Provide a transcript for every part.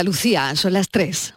Lucía, son las 3.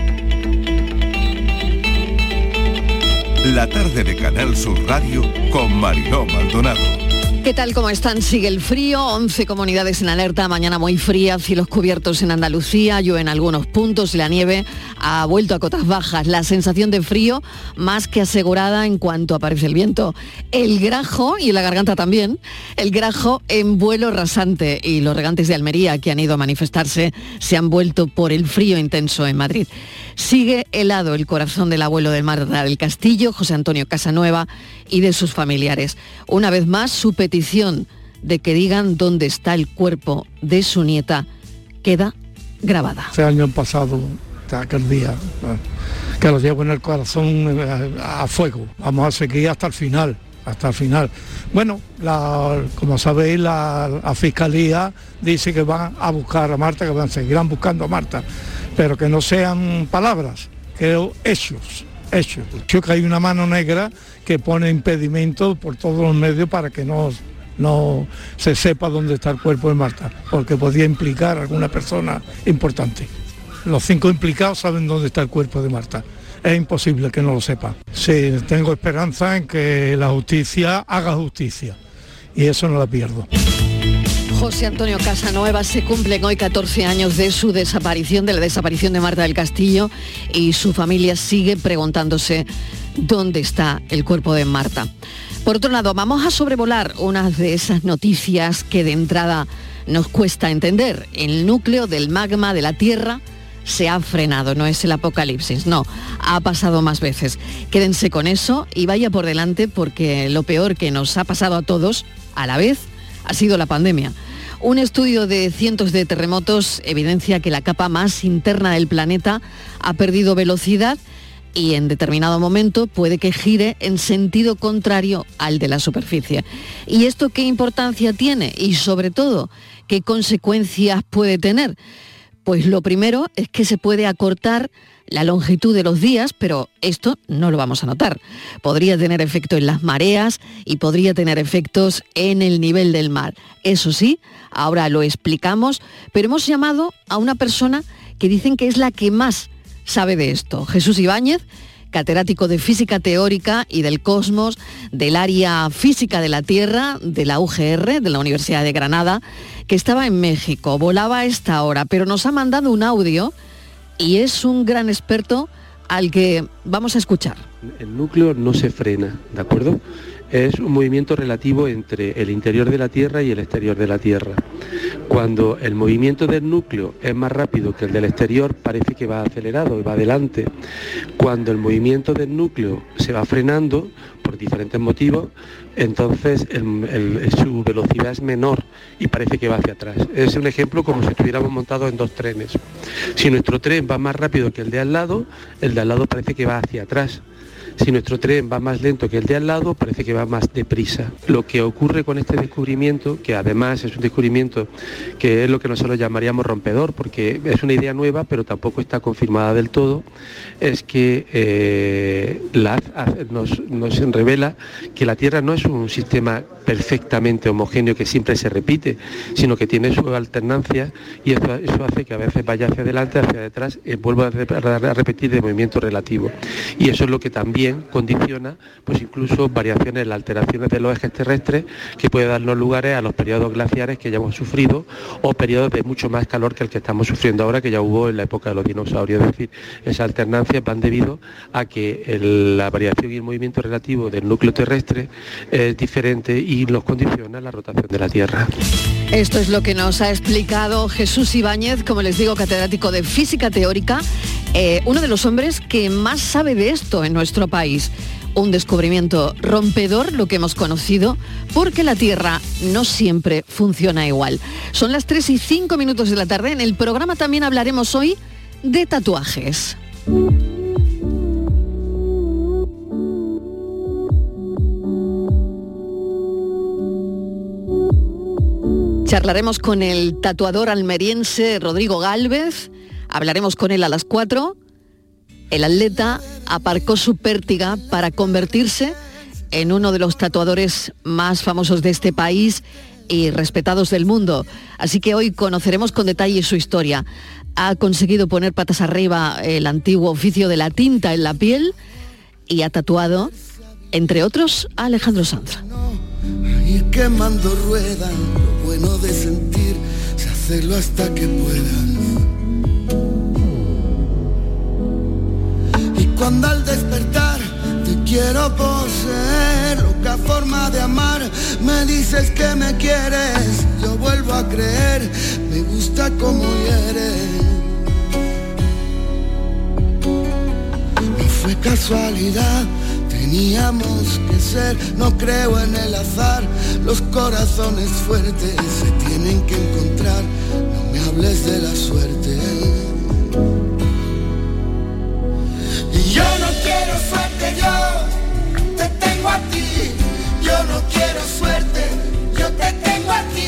La tarde de Canal Sur Radio con Mariló Maldonado. ¿Qué tal? ¿Cómo están? Sigue el frío, 11 comunidades en alerta, mañana muy fría, cielos cubiertos en Andalucía, llueve en algunos puntos y la nieve ha vuelto a cotas bajas. La sensación de frío más que asegurada en cuanto aparece el viento. El grajo, y la garganta también, el grajo en vuelo rasante, y los regantes de Almería que han ido a manifestarse se han vuelto por el frío intenso en Madrid. Sigue helado el corazón del abuelo de Marta del Castillo, José Antonio Casanueva, y de sus familiares. Una vez más, su petición de que digan dónde está el cuerpo de su nieta queda grabada. Ese año pasado, aquel día, que lo llevo en el corazón a fuego. Vamos a seguir hasta el final. Bueno, como sabéis, la Fiscalía dice que van a buscar a Marta, que seguirán buscando a Marta, pero que no sean palabras, que hechos. Yo que hay una mano negra que pone impedimentos por todos los medios para que no se sepa dónde está el cuerpo de Marta, porque podía implicar a alguna persona importante. Los 5 implicados saben dónde está el cuerpo de Marta. Es imposible que no lo sepa. Sí, tengo esperanza en que la justicia haga justicia, y eso no la pierdo. José Antonio Casanueva, se cumplen hoy 14 años de su desaparición, de la desaparición de Marta del Castillo, y su familia sigue preguntándose dónde está el cuerpo de Marta. Por otro lado, vamos a sobrevolar una de esas noticias que de entrada nos cuesta entender. El núcleo del magma de la Tierra se ha frenado, no es el apocalipsis, no, ha pasado más veces. Quédense con eso y vaya por delante, porque lo peor que nos ha pasado a todos a la vez ha sido la pandemia. Un estudio de cientos de terremotos evidencia que la capa más interna del planeta ha perdido velocidad y en determinado momento puede que gire en sentido contrario al de la superficie. ¿Y esto qué importancia tiene? Y sobre todo, ¿qué consecuencias puede tener? Pues lo primero es que se puede acortar la longitud de los días, pero esto no lo vamos a notar. Podría tener efecto en las mareas y podría tener efectos en el nivel del mar. Eso sí, ahora lo explicamos, pero hemos llamado a una persona que dicen que es la que más sabe de esto. Jesús Ibáñez, catedrático de Física Teórica y del Cosmos, del área Física de la Tierra, de la UGR, de la Universidad de Granada, que estaba en México, volaba a esta hora, pero nos ha mandado un audio y es un gran experto al que vamos a escuchar. El núcleo no se frena, ¿de acuerdo? Es un movimiento relativo entre el interior de la Tierra y el exterior de la Tierra. Cuando el movimiento del núcleo es más rápido que el del exterior, parece que va acelerado y va adelante. Cuando el movimiento del núcleo se va frenando, por diferentes motivos, entonces su velocidad es menor y parece que va hacia atrás. Es un ejemplo como si estuviéramos montados en 2 trenes. Si nuestro tren va más rápido que el de al lado parece que va hacia atrás. Si nuestro tren va más lento que el de al lado, parece que va más deprisa. Lo que ocurre con este descubrimiento, que además es un descubrimiento que es lo que nosotros llamaríamos rompedor, porque es una idea nueva, pero tampoco está confirmada del todo, es que nos revela que la Tierra no es un sistema perfectamente homogéneo que siempre se repite, sino que tiene sus alternancias, y eso hace que a veces vaya hacia adelante, hacia detrás, y vuelva a repetir de movimiento relativo. Y eso es lo que también condiciona pues incluso variaciones, las alteraciones de los ejes terrestres, que puede darnos lugares a los periodos glaciares que ya hemos sufrido, o periodos de mucho más calor que el que estamos sufriendo ahora, que ya hubo en la época de los dinosaurios. Es decir, esas alternancias van debido a que la variación y el movimiento relativo del núcleo terrestre es diferente y nos condiciona la rotación de la Tierra. Esto es lo que nos ha explicado Jesús Ibáñez, como les digo, catedrático de Física Teórica, uno de los hombres que más sabe de esto en nuestro país. Un descubrimiento rompedor, lo que hemos conocido, porque la Tierra no siempre funciona igual. Son las 3:05 de la tarde. En el programa también hablaremos hoy de tatuajes. Charlaremos con el tatuador almeriense Rodrigo Gálvez, hablaremos con él a las 4. El atleta aparcó su pértiga para convertirse en uno de los tatuadores más famosos de este país y respetados del mundo. Así que hoy conoceremos con detalle su historia. ha conseguido poner patas arriba el antiguo oficio de la tinta en la piel y ha tatuado, entre otros, a Alejandro Sanz. Ir quemando ruedas, lo bueno de sentir, se hacerlo hasta que puedas. Y cuando al despertar te quiero poseer, loca forma de amar, me dices que me quieres, yo vuelvo a creer, me gusta como eres. No fue casualidad, teníamos que ser, no creo en el azar, los corazones fuertes se tienen que encontrar, no me hables de la suerte. Y yo no quiero suerte, yo te tengo a ti, yo no quiero suerte, yo te tengo a ti.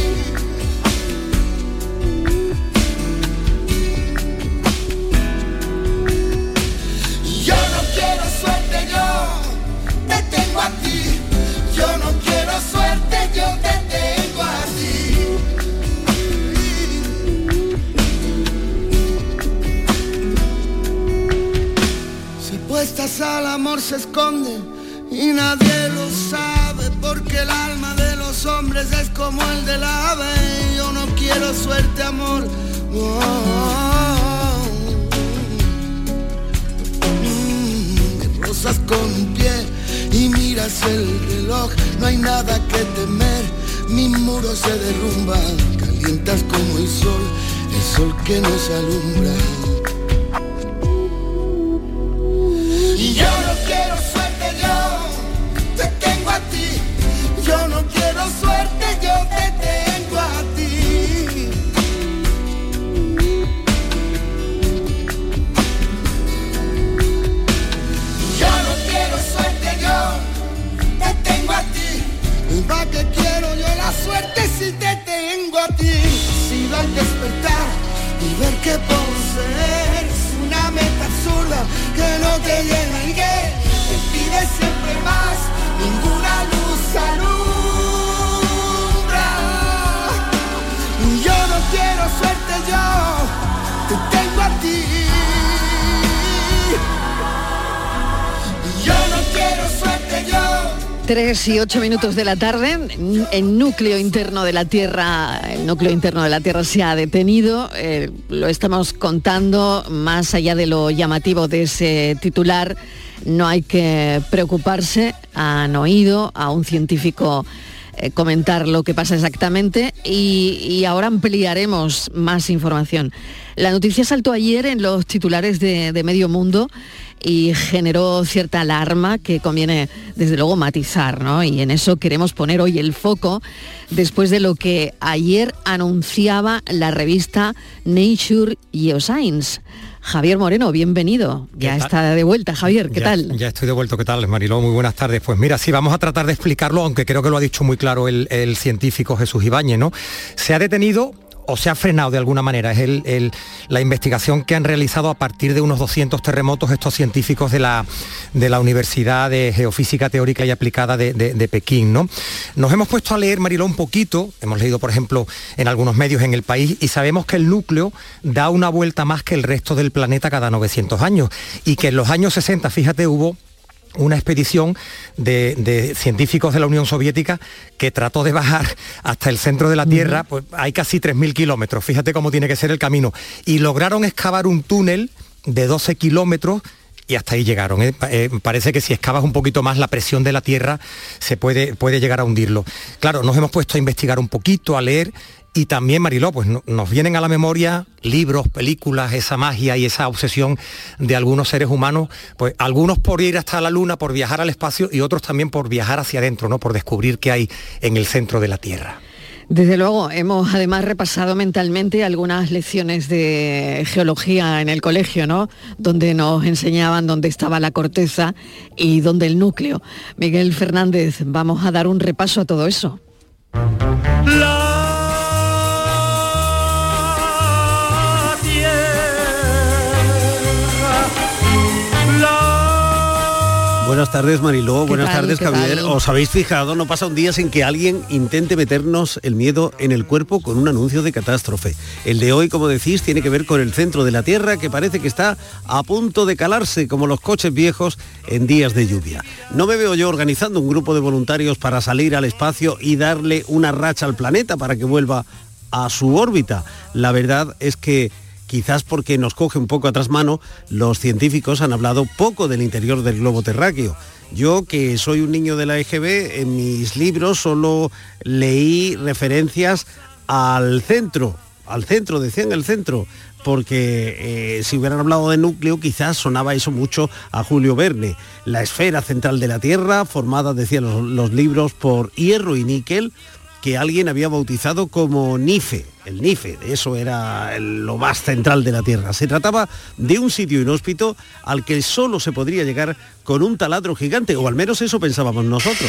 Yo no quiero suerte, yo te tengo a ti. Yo no quiero suerte, yo te tengo a ti. Si puestas al amor se esconde y nadie lo sabe, porque el alma de los hombres es como el del ave. Yo no quiero suerte, amor. Rosas con un pie y miras el reloj, no hay nada que temer, mi muro se derrumba, calientas como el sol que nos alumbra. Y yo no quiero suerte, yo te tengo a ti, yo no quiero suerte, yo te tengo a ti. ¿Para qué quiero yo la suerte si te tengo a ti? Si al despertar y ver que poseer es una meta absurda que no te llena y que te pide siempre más, ninguna luz alumbra. Yo no quiero suerte, yo te tengo a ti. Yo no quiero suerte, yo. 3 y 8 minutos de la tarde, el núcleo interno de la Tierra se ha detenido, lo estamos contando, más allá de lo llamativo de ese titular, no hay que preocuparse, han oído a un científico comentar lo que pasa exactamente y ahora ampliaremos más información. La noticia saltó ayer en los titulares de Medio Mundo y generó cierta alarma que conviene desde luego matizar, ¿no? Y en eso queremos poner hoy el foco después de lo que ayer anunciaba la revista Nature Geoscience. Javier Moreno, bienvenido. Ya está de vuelta, Javier, ¿qué tal? Ya estoy de vuelta, ¿qué tal, Mariló? Muy buenas tardes. Pues mira, sí, vamos a tratar de explicarlo, aunque creo que lo ha dicho muy claro el científico Jesús Ibáñez, ¿no? Se ha detenido o se ha frenado de alguna manera, es la investigación que han realizado a partir de unos 200 terremotos estos científicos de la Universidad de Geofísica Teórica y Aplicada de Pekín, ¿no? Nos hemos puesto a leer, Mariló, un poquito, hemos leído, por ejemplo, en algunos medios en el país, y sabemos que el núcleo da una vuelta más que el resto del planeta cada 900 años, y que en los años 60, fíjate, hubo una expedición de científicos de la Unión Soviética que trató de bajar hasta el centro de la Tierra, pues hay casi 3.000 kilómetros, fíjate cómo tiene que ser el camino, y lograron excavar un túnel de 12 kilómetros y hasta ahí llegaron. Parece que si excavas un poquito más, la presión de la Tierra se puede llegar a hundirlo. Claro, nos hemos puesto a investigar un poquito, a leer, y también, Mariló, pues nos vienen a la memoria libros, películas, esa magia y esa obsesión de algunos seres humanos, pues algunos por ir hasta la Luna, por viajar al espacio, y otros también por viajar hacia adentro, ¿no? Por descubrir qué hay en el centro de la Tierra. Desde luego, hemos además repasado mentalmente algunas lecciones de geología en el colegio, ¿no? Donde nos enseñaban dónde estaba la corteza y dónde el núcleo. Miguel Fernández, vamos a dar un repaso a todo eso. Buenas tardes, Mariló. Buenas tardes, ¿Qué Javier. tal? ¿Os habéis fijado? No pasa un día sin que alguien intente meternos el miedo en el cuerpo con un anuncio de catástrofe. El de hoy, como decís, tiene que ver con el centro de la Tierra, que parece que está a punto de calarse, como los coches viejos en días de lluvia. No me veo yo organizando un grupo de voluntarios para salir al espacio y darle una racha al planeta para que vuelva a su órbita. La verdad es que quizás porque nos coge un poco a trasmano, los científicos han hablado poco del interior del globo terráqueo. Yo, que soy un niño de la EGB, en mis libros solo leí referencias al centro, decían el centro, porque si hubieran hablado de núcleo quizás sonaba eso mucho a Julio Verne. La esfera central de la Tierra, formada, decían los libros, por hierro y níquel, que alguien había bautizado como Nife, el Nife, eso era lo más central de la Tierra. Se trataba de un sitio inhóspito al que solo se podría llegar con un taladro gigante, o al menos eso pensábamos nosotros.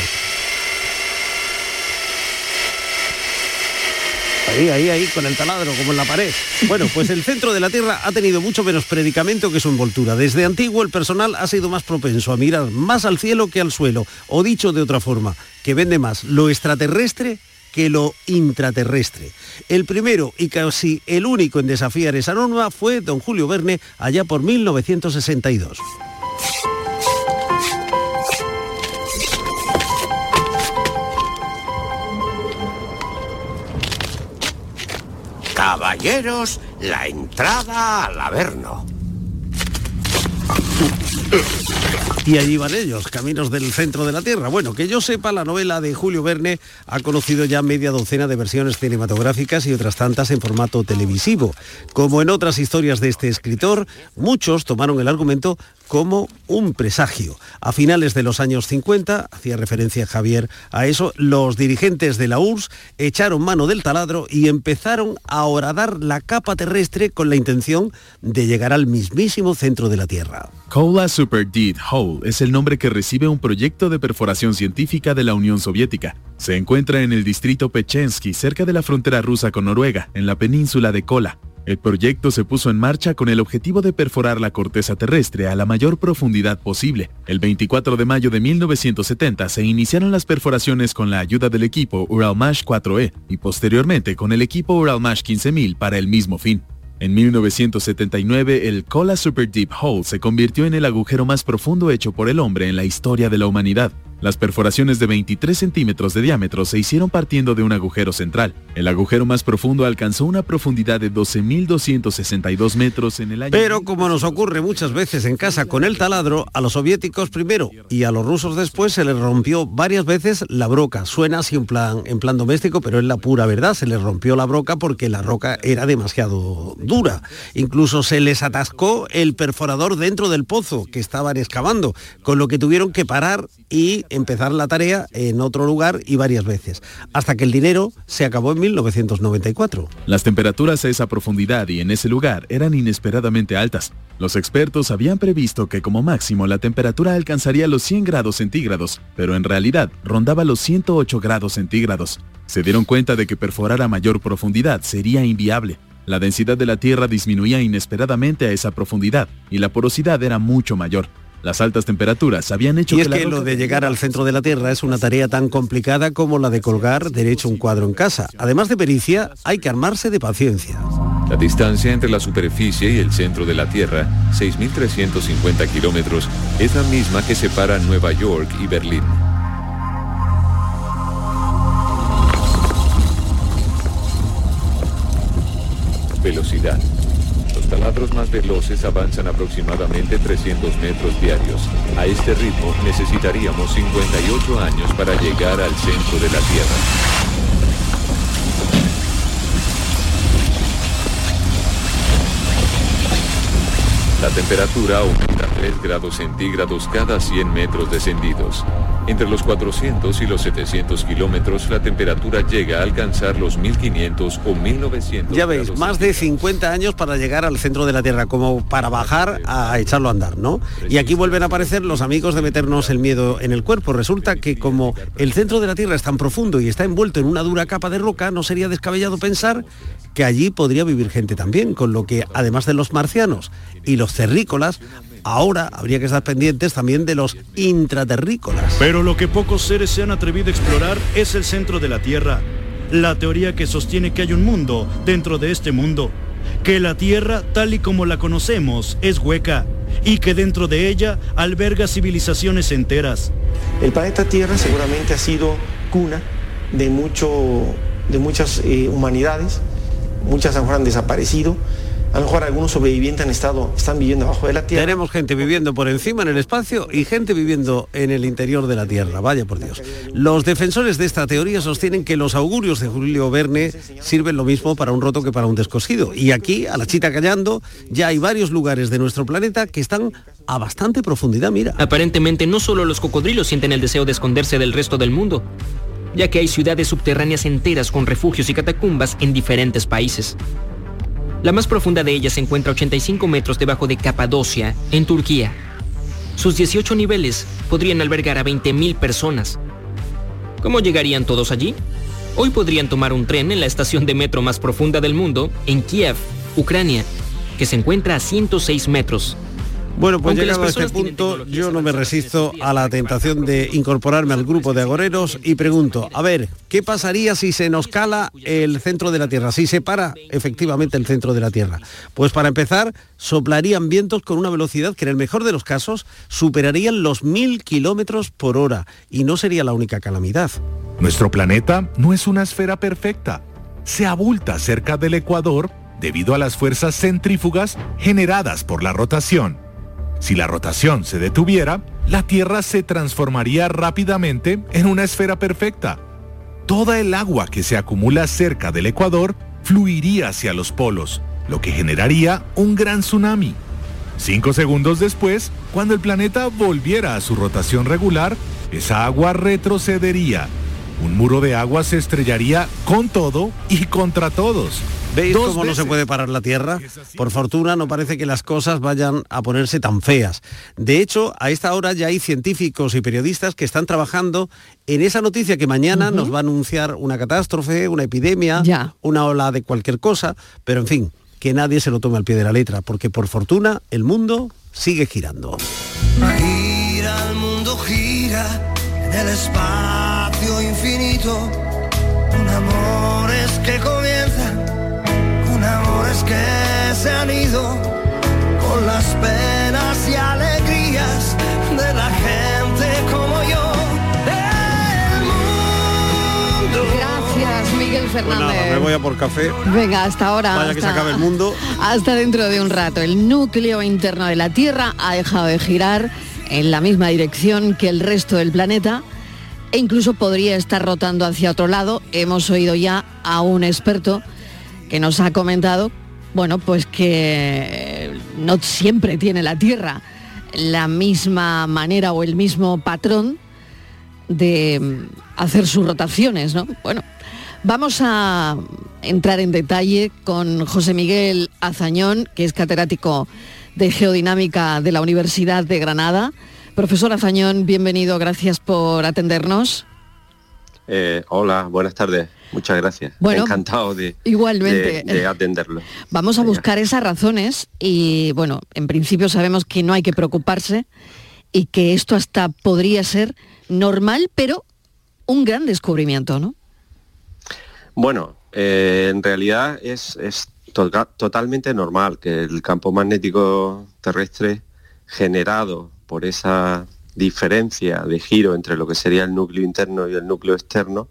Ahí, con el taladro, como en la pared. Bueno, pues el centro de la Tierra ha tenido mucho menos predicamento que su envoltura. Desde antiguo el personal ha sido más propenso a mirar más al cielo que al suelo, o dicho de otra forma, que vende más lo extraterrestre que lo intraterrestre. El primero y casi el único en desafiar esa norma fue don Julio Verne, allá por 1962. Caballeros, la entrada al Averno. Y allí van ellos, caminos del centro de la Tierra. Bueno, que yo sepa, la novela de Julio Verne ha conocido ya media docena de versiones cinematográficas y otras tantas en formato televisivo. Como en otras historias de este escritor, muchos tomaron el argumento como un presagio. A finales de los años 50, hacía referencia Javier a eso, los dirigentes de la URSS echaron mano del taladro y empezaron a horadar la capa terrestre con la intención de llegar al mismísimo centro de la Tierra. Kola Superdeep Hole es el nombre que recibe un proyecto de perforación científica de la Unión Soviética. Se encuentra en el distrito Pechensky, cerca de la frontera rusa con Noruega, en la península de Kola. El proyecto se puso en marcha con el objetivo de perforar la corteza terrestre a la mayor profundidad posible. El 24 de mayo de 1970 se iniciaron las perforaciones con la ayuda del equipo Uralmash 4E y posteriormente con el equipo Uralmash 15000 para el mismo fin. En 1979, el Kola Superdeep Hole se convirtió en el agujero más profundo hecho por el hombre en la historia de la humanidad. Las perforaciones de 23 centímetros de diámetro se hicieron partiendo de un agujero central. El agujero más profundo alcanzó una profundidad de 12.262 metros en el año... Pero como nos ocurre muchas veces en casa con el taladro, a los soviéticos primero y a los rusos después se les rompió varias veces la broca. Suena así en plan doméstico, pero es la pura verdad. Se les rompió la broca porque la roca era demasiado dura. Incluso se les atascó el perforador dentro del pozo que estaban excavando, con lo que tuvieron que parar y empezar la tarea en otro lugar y varias veces, hasta que el dinero se acabó en 1994. Las temperaturas a esa profundidad y en ese lugar eran inesperadamente altas. Los expertos habían previsto que como máximo la temperatura alcanzaría los 100 grados centígrados, pero en realidad rondaba los 108 grados centígrados. Se dieron cuenta de que perforar a mayor profundidad sería inviable. La densidad de la Tierra disminuía inesperadamente a esa profundidad y la porosidad era mucho mayor. Las altas temperaturas habían hecho y es que lo de llegar al centro de la Tierra es una tarea tan complicada como la de colgar derecho un cuadro en casa. Además de pericia, hay que armarse de paciencia. La distancia entre la superficie y el centro de la Tierra, 6.350 kilómetros, es la misma que separa Nueva York y Berlín. Velocidad. Los taladros más veloces avanzan aproximadamente 300 metros diarios. A este ritmo necesitaríamos 58 años para llegar al centro de la Tierra. La temperatura aumenta 3 grados centígrados cada 100 metros descendidos. Entre los 400 y los 700 kilómetros, la temperatura llega a alcanzar los 1500 o 1900. Ya veis, más de 50 años para llegar al centro de la Tierra, como para bajar a echarlo a andar, ¿no? Y aquí vuelven a aparecer los amigos de meternos el miedo en el cuerpo. Resulta que como el centro de la Tierra es tan profundo y está envuelto en una dura capa de roca, no sería descabellado pensar que allí podría vivir gente también, con lo que, además de los marcianos y los terrícolas, Ahora habría que estar pendientes también de los intraterrícolas. Pero lo que pocos seres se han atrevido a explorar es el centro de la Tierra. La teoría que sostiene que hay un mundo dentro de este mundo, que la Tierra, tal y como la conocemos, es hueca y que dentro de ella alberga civilizaciones enteras. El planeta Tierra seguramente ha sido cuna de muchas humanidades, muchas a lo mejor han desaparecido. A lo mejor algunos sobrevivientes están viviendo abajo de la Tierra. Tenemos gente viviendo por encima en el espacio y gente viviendo en el interior de la Tierra. Vaya por Dios. Los defensores de esta teoría sostienen que los augurios de Julio Verne sirven lo mismo para un roto que para un descosido. Y aquí, a la chita callando, ya hay varios lugares de nuestro planeta que están a bastante profundidad, mira. Aparentemente no solo los cocodrilos sienten el deseo de esconderse del resto del mundo, ya que hay ciudades subterráneas enteras con refugios y catacumbas en diferentes países. La más profunda de ellas se encuentra a 85 metros debajo de Capadocia, en Turquía. Sus 18 niveles podrían albergar a 20.000 personas. ¿Cómo llegarían todos allí? Hoy podrían tomar un tren en la estación de metro más profunda del mundo, en Kiev, Ucrania, que se encuentra a 106 metros. Bueno, pues llegado a este punto, yo no me resisto a la tentación de incorporarme al grupo de agoreros y pregunto, a ver, ¿qué pasaría si se nos cala el centro de la Tierra? Si se para efectivamente el centro de la Tierra. Pues para empezar, soplarían vientos con una velocidad que en el mejor de los casos superarían los 1000 kilómetros por hora y no sería la única calamidad. Nuestro planeta no es una esfera perfecta. Se abulta cerca del ecuador debido a las fuerzas centrífugas generadas por la rotación. Si la rotación se detuviera, la Tierra se transformaría rápidamente en una esfera perfecta. Toda el agua que se acumula cerca del ecuador fluiría hacia los polos, lo que generaría un gran tsunami. 5 segundos después, cuando el planeta volviera a su rotación regular, esa agua retrocedería. Un muro de agua se estrellaría con todo y contra todos. ¿Veis cómo no se puede parar la Tierra? Por fortuna no parece que las cosas vayan a ponerse tan feas. De hecho, a esta hora ya hay científicos y periodistas que están trabajando en esa noticia que mañana nos va a anunciar una catástrofe, una epidemia, una ola de cualquier cosa, pero en fin, que nadie se lo tome al pie de la letra, porque por fortuna el mundo sigue girando. Gira, el mundo gira en el espacio infinito, con amores que comienzan, con amores que se han ido, con las penas y alegrías de la gente como yo. El mundo. Gracias, Miguel Fernández. Pues nada, me voy a por café. Venga, hasta ahora. Vaya que se acabe el mundo. Hasta dentro de un rato. El núcleo interno de la Tierra ha dejado de girar en la misma dirección que el resto del planeta e incluso podría estar rotando hacia otro lado. Hemos oído ya a un experto que nos ha comentado, bueno, pues que no siempre tiene la Tierra la misma manera o el mismo patrón de hacer sus rotaciones, ¿no? Bueno, vamos a entrar en detalle con José Miguel Azañón, que es catedrático de Geodinámica de la Universidad de Granada. Profesor Azañón, bienvenido, gracias por atendernos. Hola, buenas tardes. Muchas gracias. Bueno, encantado de atenderlo. Vamos a buscar esas razones y, bueno, en principio sabemos que no hay que preocuparse y que esto hasta podría ser normal, pero un gran descubrimiento, ¿no? Bueno, en realidad es totalmente normal que el campo magnético terrestre generado por esa diferencia de giro entre lo que sería el núcleo interno y el núcleo externo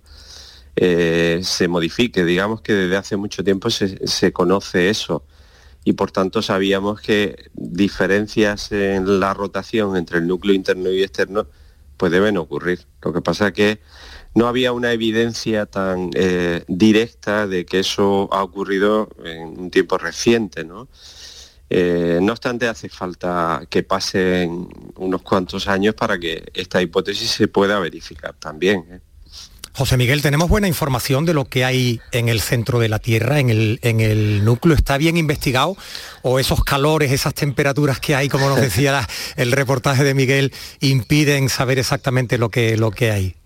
se modifique. Digamos que desde hace mucho tiempo se conoce eso y por tanto sabíamos que diferencias en la rotación entre el núcleo interno y externo pues deben ocurrir. Lo que pasa es que no había una evidencia tan directa de que eso ha ocurrido en un tiempo reciente, ¿no? No obstante, hace falta que pasen unos cuantos años para que esta hipótesis se pueda verificar también, ¿eh? José Miguel, ¿tenemos buena información de lo que hay en el centro de la Tierra, en el núcleo? ¿Está bien investigado? ¿O esos calores, esas temperaturas que hay, como nos decía el reportaje de Miguel, impiden saber exactamente lo que hay?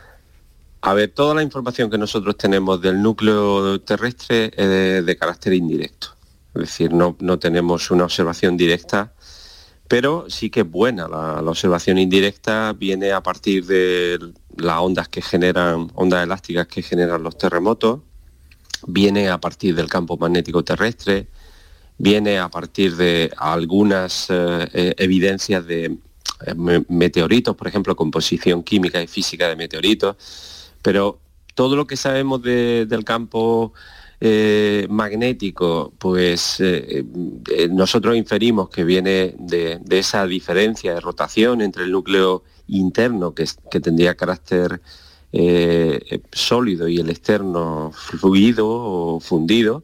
A ver, toda la información que nosotros tenemos del núcleo terrestre es de carácter indirecto. Es decir, no tenemos una observación directa, pero sí que es buena. La observación indirecta viene a partir de las ondas elásticas que generan los terremotos, viene a partir del campo magnético terrestre, viene a partir de algunas evidencias de meteoritos, por ejemplo, composición química y física de meteoritos, pero todo lo que sabemos del campo magnético, pues nosotros inferimos que viene de esa diferencia de rotación entre el núcleo interno, que tendría carácter sólido, y el externo fluido o fundido,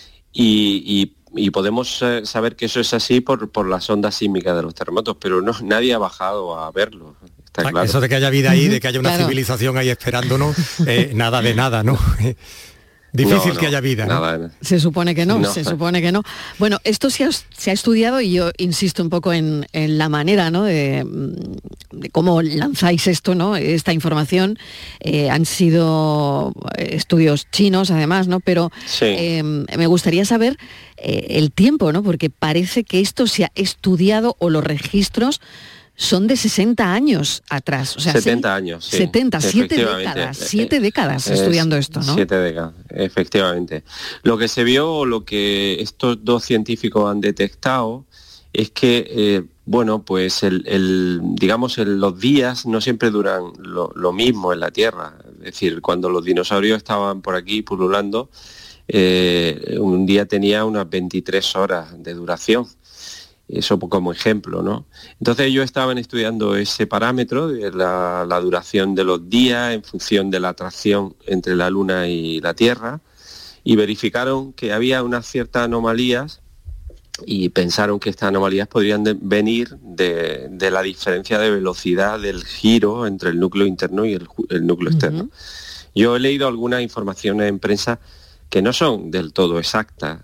y podemos saber que eso es así por las ondas sísmicas de los terremotos, pero nadie ha bajado a verlo. Está claro. Eso de que haya vida ahí, de que haya una civilización ahí esperándonos, nada de nada, ¿no? Difícil que haya vida, ¿no? Nada. Se supone que no, se supone que no. Bueno, esto se ha estudiado, y yo insisto un poco en la manera, ¿no?, de cómo lanzáis esto, ¿no?, esta información. Han sido estudios chinos, además, ¿no? Pero me gustaría saber el tiempo, ¿no? Porque parece que esto se ha estudiado, o los registros son de 60 años atrás. O sea, 70 años, sí. 70, 7 décadas estudiando esto, ¿no? 7 décadas, efectivamente. Lo que se vio, o lo que estos dos científicos han detectado, es que, pues los días no siempre duran lo mismo en la Tierra. Es decir, cuando los dinosaurios estaban por aquí pululando, un día tenía unas 23 horas de duración. Eso como ejemplo, ¿no? Entonces ellos estaban estudiando ese parámetro de la duración de los días en función de la atracción entre la Luna y la Tierra, y verificaron que había unas ciertas anomalías, y pensaron que estas anomalías podrían venir de la diferencia de velocidad del giro entre el núcleo interno y el núcleo externo. Yo he leído algunas informaciones en prensa que no son del todo exactas.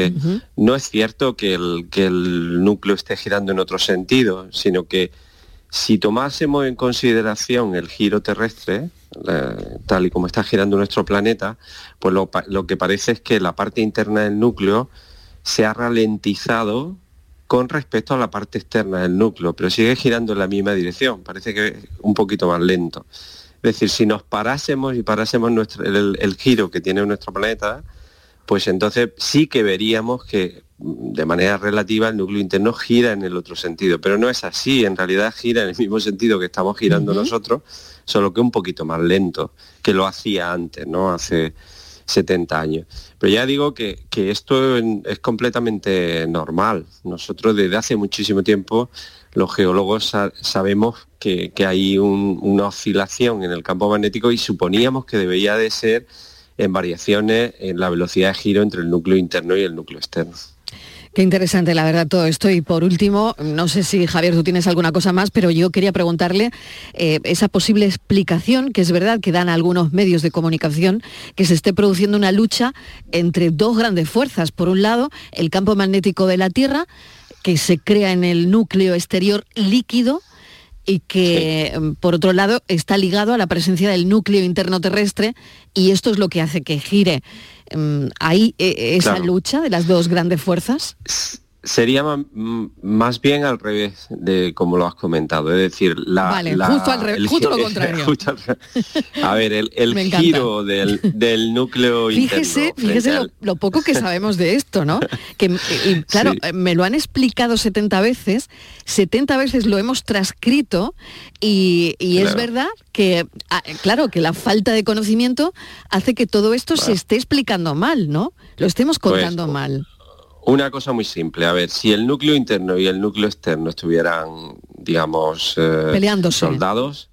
No es cierto que el núcleo esté girando en otro sentido, sino que si tomásemos en consideración el giro terrestre, tal y como está girando nuestro planeta, pues lo que parece es que la parte interna del núcleo se ha ralentizado con respecto a la parte externa del núcleo, pero sigue girando en la misma dirección, parece que es un poquito más lento. Es decir, si nos parásemos el giro que tiene nuestro planeta, pues entonces sí que veríamos que de manera relativa el núcleo interno gira en el otro sentido, pero no es así. En realidad gira en el mismo sentido que estamos girando nosotros, solo que un poquito más lento que lo hacía antes, ¿no? Hace 70 años. Pero ya digo que esto es completamente normal. Nosotros desde hace muchísimo tiempo, los geólogos sabemos que hay una oscilación en el campo magnético, y suponíamos que debería de ser en variaciones en la velocidad de giro entre el núcleo interno y el núcleo externo. Qué interesante, la verdad, todo esto. Y por último, no sé si, Javier, tú tienes alguna cosa más, pero yo quería preguntarle esa posible explicación, que es verdad que dan algunos medios de comunicación, que se esté produciendo una lucha entre dos grandes fuerzas. Por un lado, el campo magnético de la Tierra, que se crea en el núcleo exterior líquido, y que, por otro lado, está ligado a la presencia del núcleo interno terrestre, y esto es lo que hace que gire. ¿Hay esa lucha de las dos grandes fuerzas? Sería más bien al revés de como lo has comentado, es decir, justo lo contrario. A ver, el giro del núcleo interno. Fíjese lo poco que sabemos de esto, ¿no? Claro, me lo han explicado 70 veces lo hemos transcrito, y es verdad que, que la falta de conocimiento hace que todo esto se esté explicando mal, ¿no? Lo estemos contando mal. Una cosa muy simple, a ver, si el núcleo interno y el núcleo externo estuvieran, digamos, peleándose, soldados,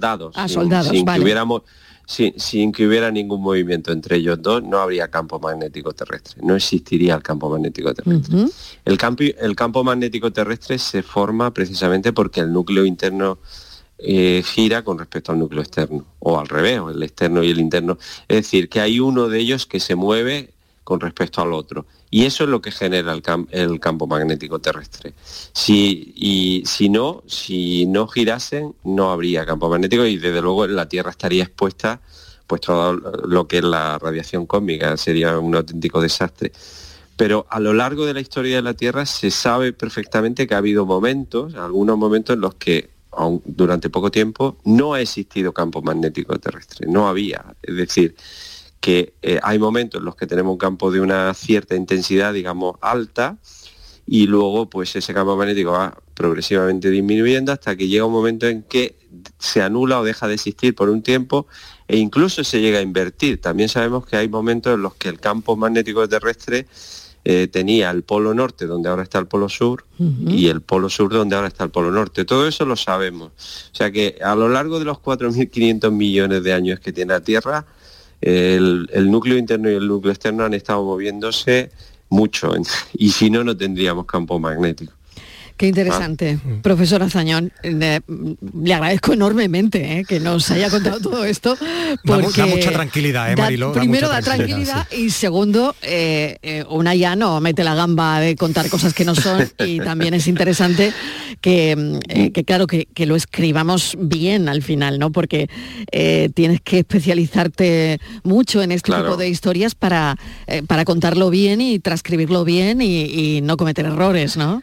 sin que hubiera ningún movimiento entre ellos dos, no habría campo magnético terrestre, no existiría el campo magnético terrestre. El campo magnético terrestre se forma precisamente porque el núcleo interno gira con respecto al núcleo externo, o al revés, el externo y el interno. Es decir, que hay uno de ellos que se mueve con respecto al otro. Y eso es lo que genera el campo magnético terrestre. Si no girasen, no habría campo magnético, y desde luego la Tierra estaría expuesta, pues todo lo que es la radiación cósmica, sería un auténtico desastre. Pero a lo largo de la historia de la Tierra se sabe perfectamente que ha habido algunos momentos en los que durante poco tiempo no ha existido campo magnético terrestre, no había. Es decir, que hay momentos en los que tenemos un campo de una cierta intensidad, digamos, alta, y luego pues ese campo magnético va progresivamente disminuyendo hasta que llega un momento en que se anula o deja de existir por un tiempo e incluso se llega a invertir. También sabemos que hay momentos en los que el campo magnético terrestre tenía el polo norte donde ahora está el polo sur y el polo sur donde ahora está el polo norte. Todo eso lo sabemos. O sea que a lo largo de los 4.500 millones de años que tiene la Tierra, el núcleo interno y el núcleo externo han estado moviéndose mucho y si no, no tendríamos campo magnético. Qué interesante. Profesor Azañón, le agradezco enormemente que nos haya contado todo esto. Porque da mucha tranquilidad, Mariló. Primero da tranquilidad sí. Y segundo, una ya no mete la gamba de contar cosas que no son y también es interesante que claro, que lo escribamos bien al final, ¿no? Porque tienes que especializarte mucho en este tipo de historias para contarlo bien y transcribirlo bien y no cometer errores, ¿no?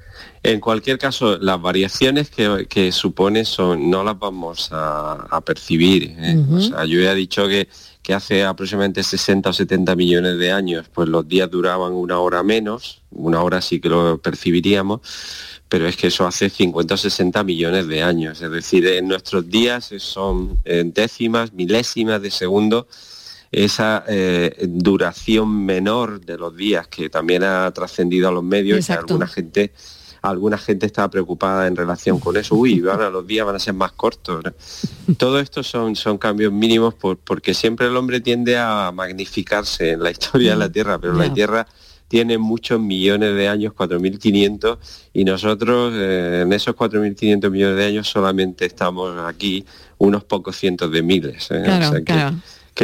En cualquier caso, las variaciones que supone no las vamos a percibir. O sea, yo ya he dicho que hace aproximadamente 60 o 70 millones de años, pues los días duraban una hora menos, una hora sí que lo percibiríamos, pero es que eso hace 50 o 60 millones de años. Es decir, en nuestros días son décimas, milésimas de segundo, esa duración menor de los días que también ha trascendido a los medios. Exacto. Y alguna gente estaba preocupada en relación con eso. Ahora los días van a ser más cortos, ¿no? Todo esto son cambios mínimos porque siempre el hombre tiende a magnificarse en la historia de la Tierra, pero la Tierra tiene muchos millones de años, 4.500, y nosotros en esos 4.500 millones de años solamente estamos aquí unos pocos cientos de miles. Claro, o sea claro.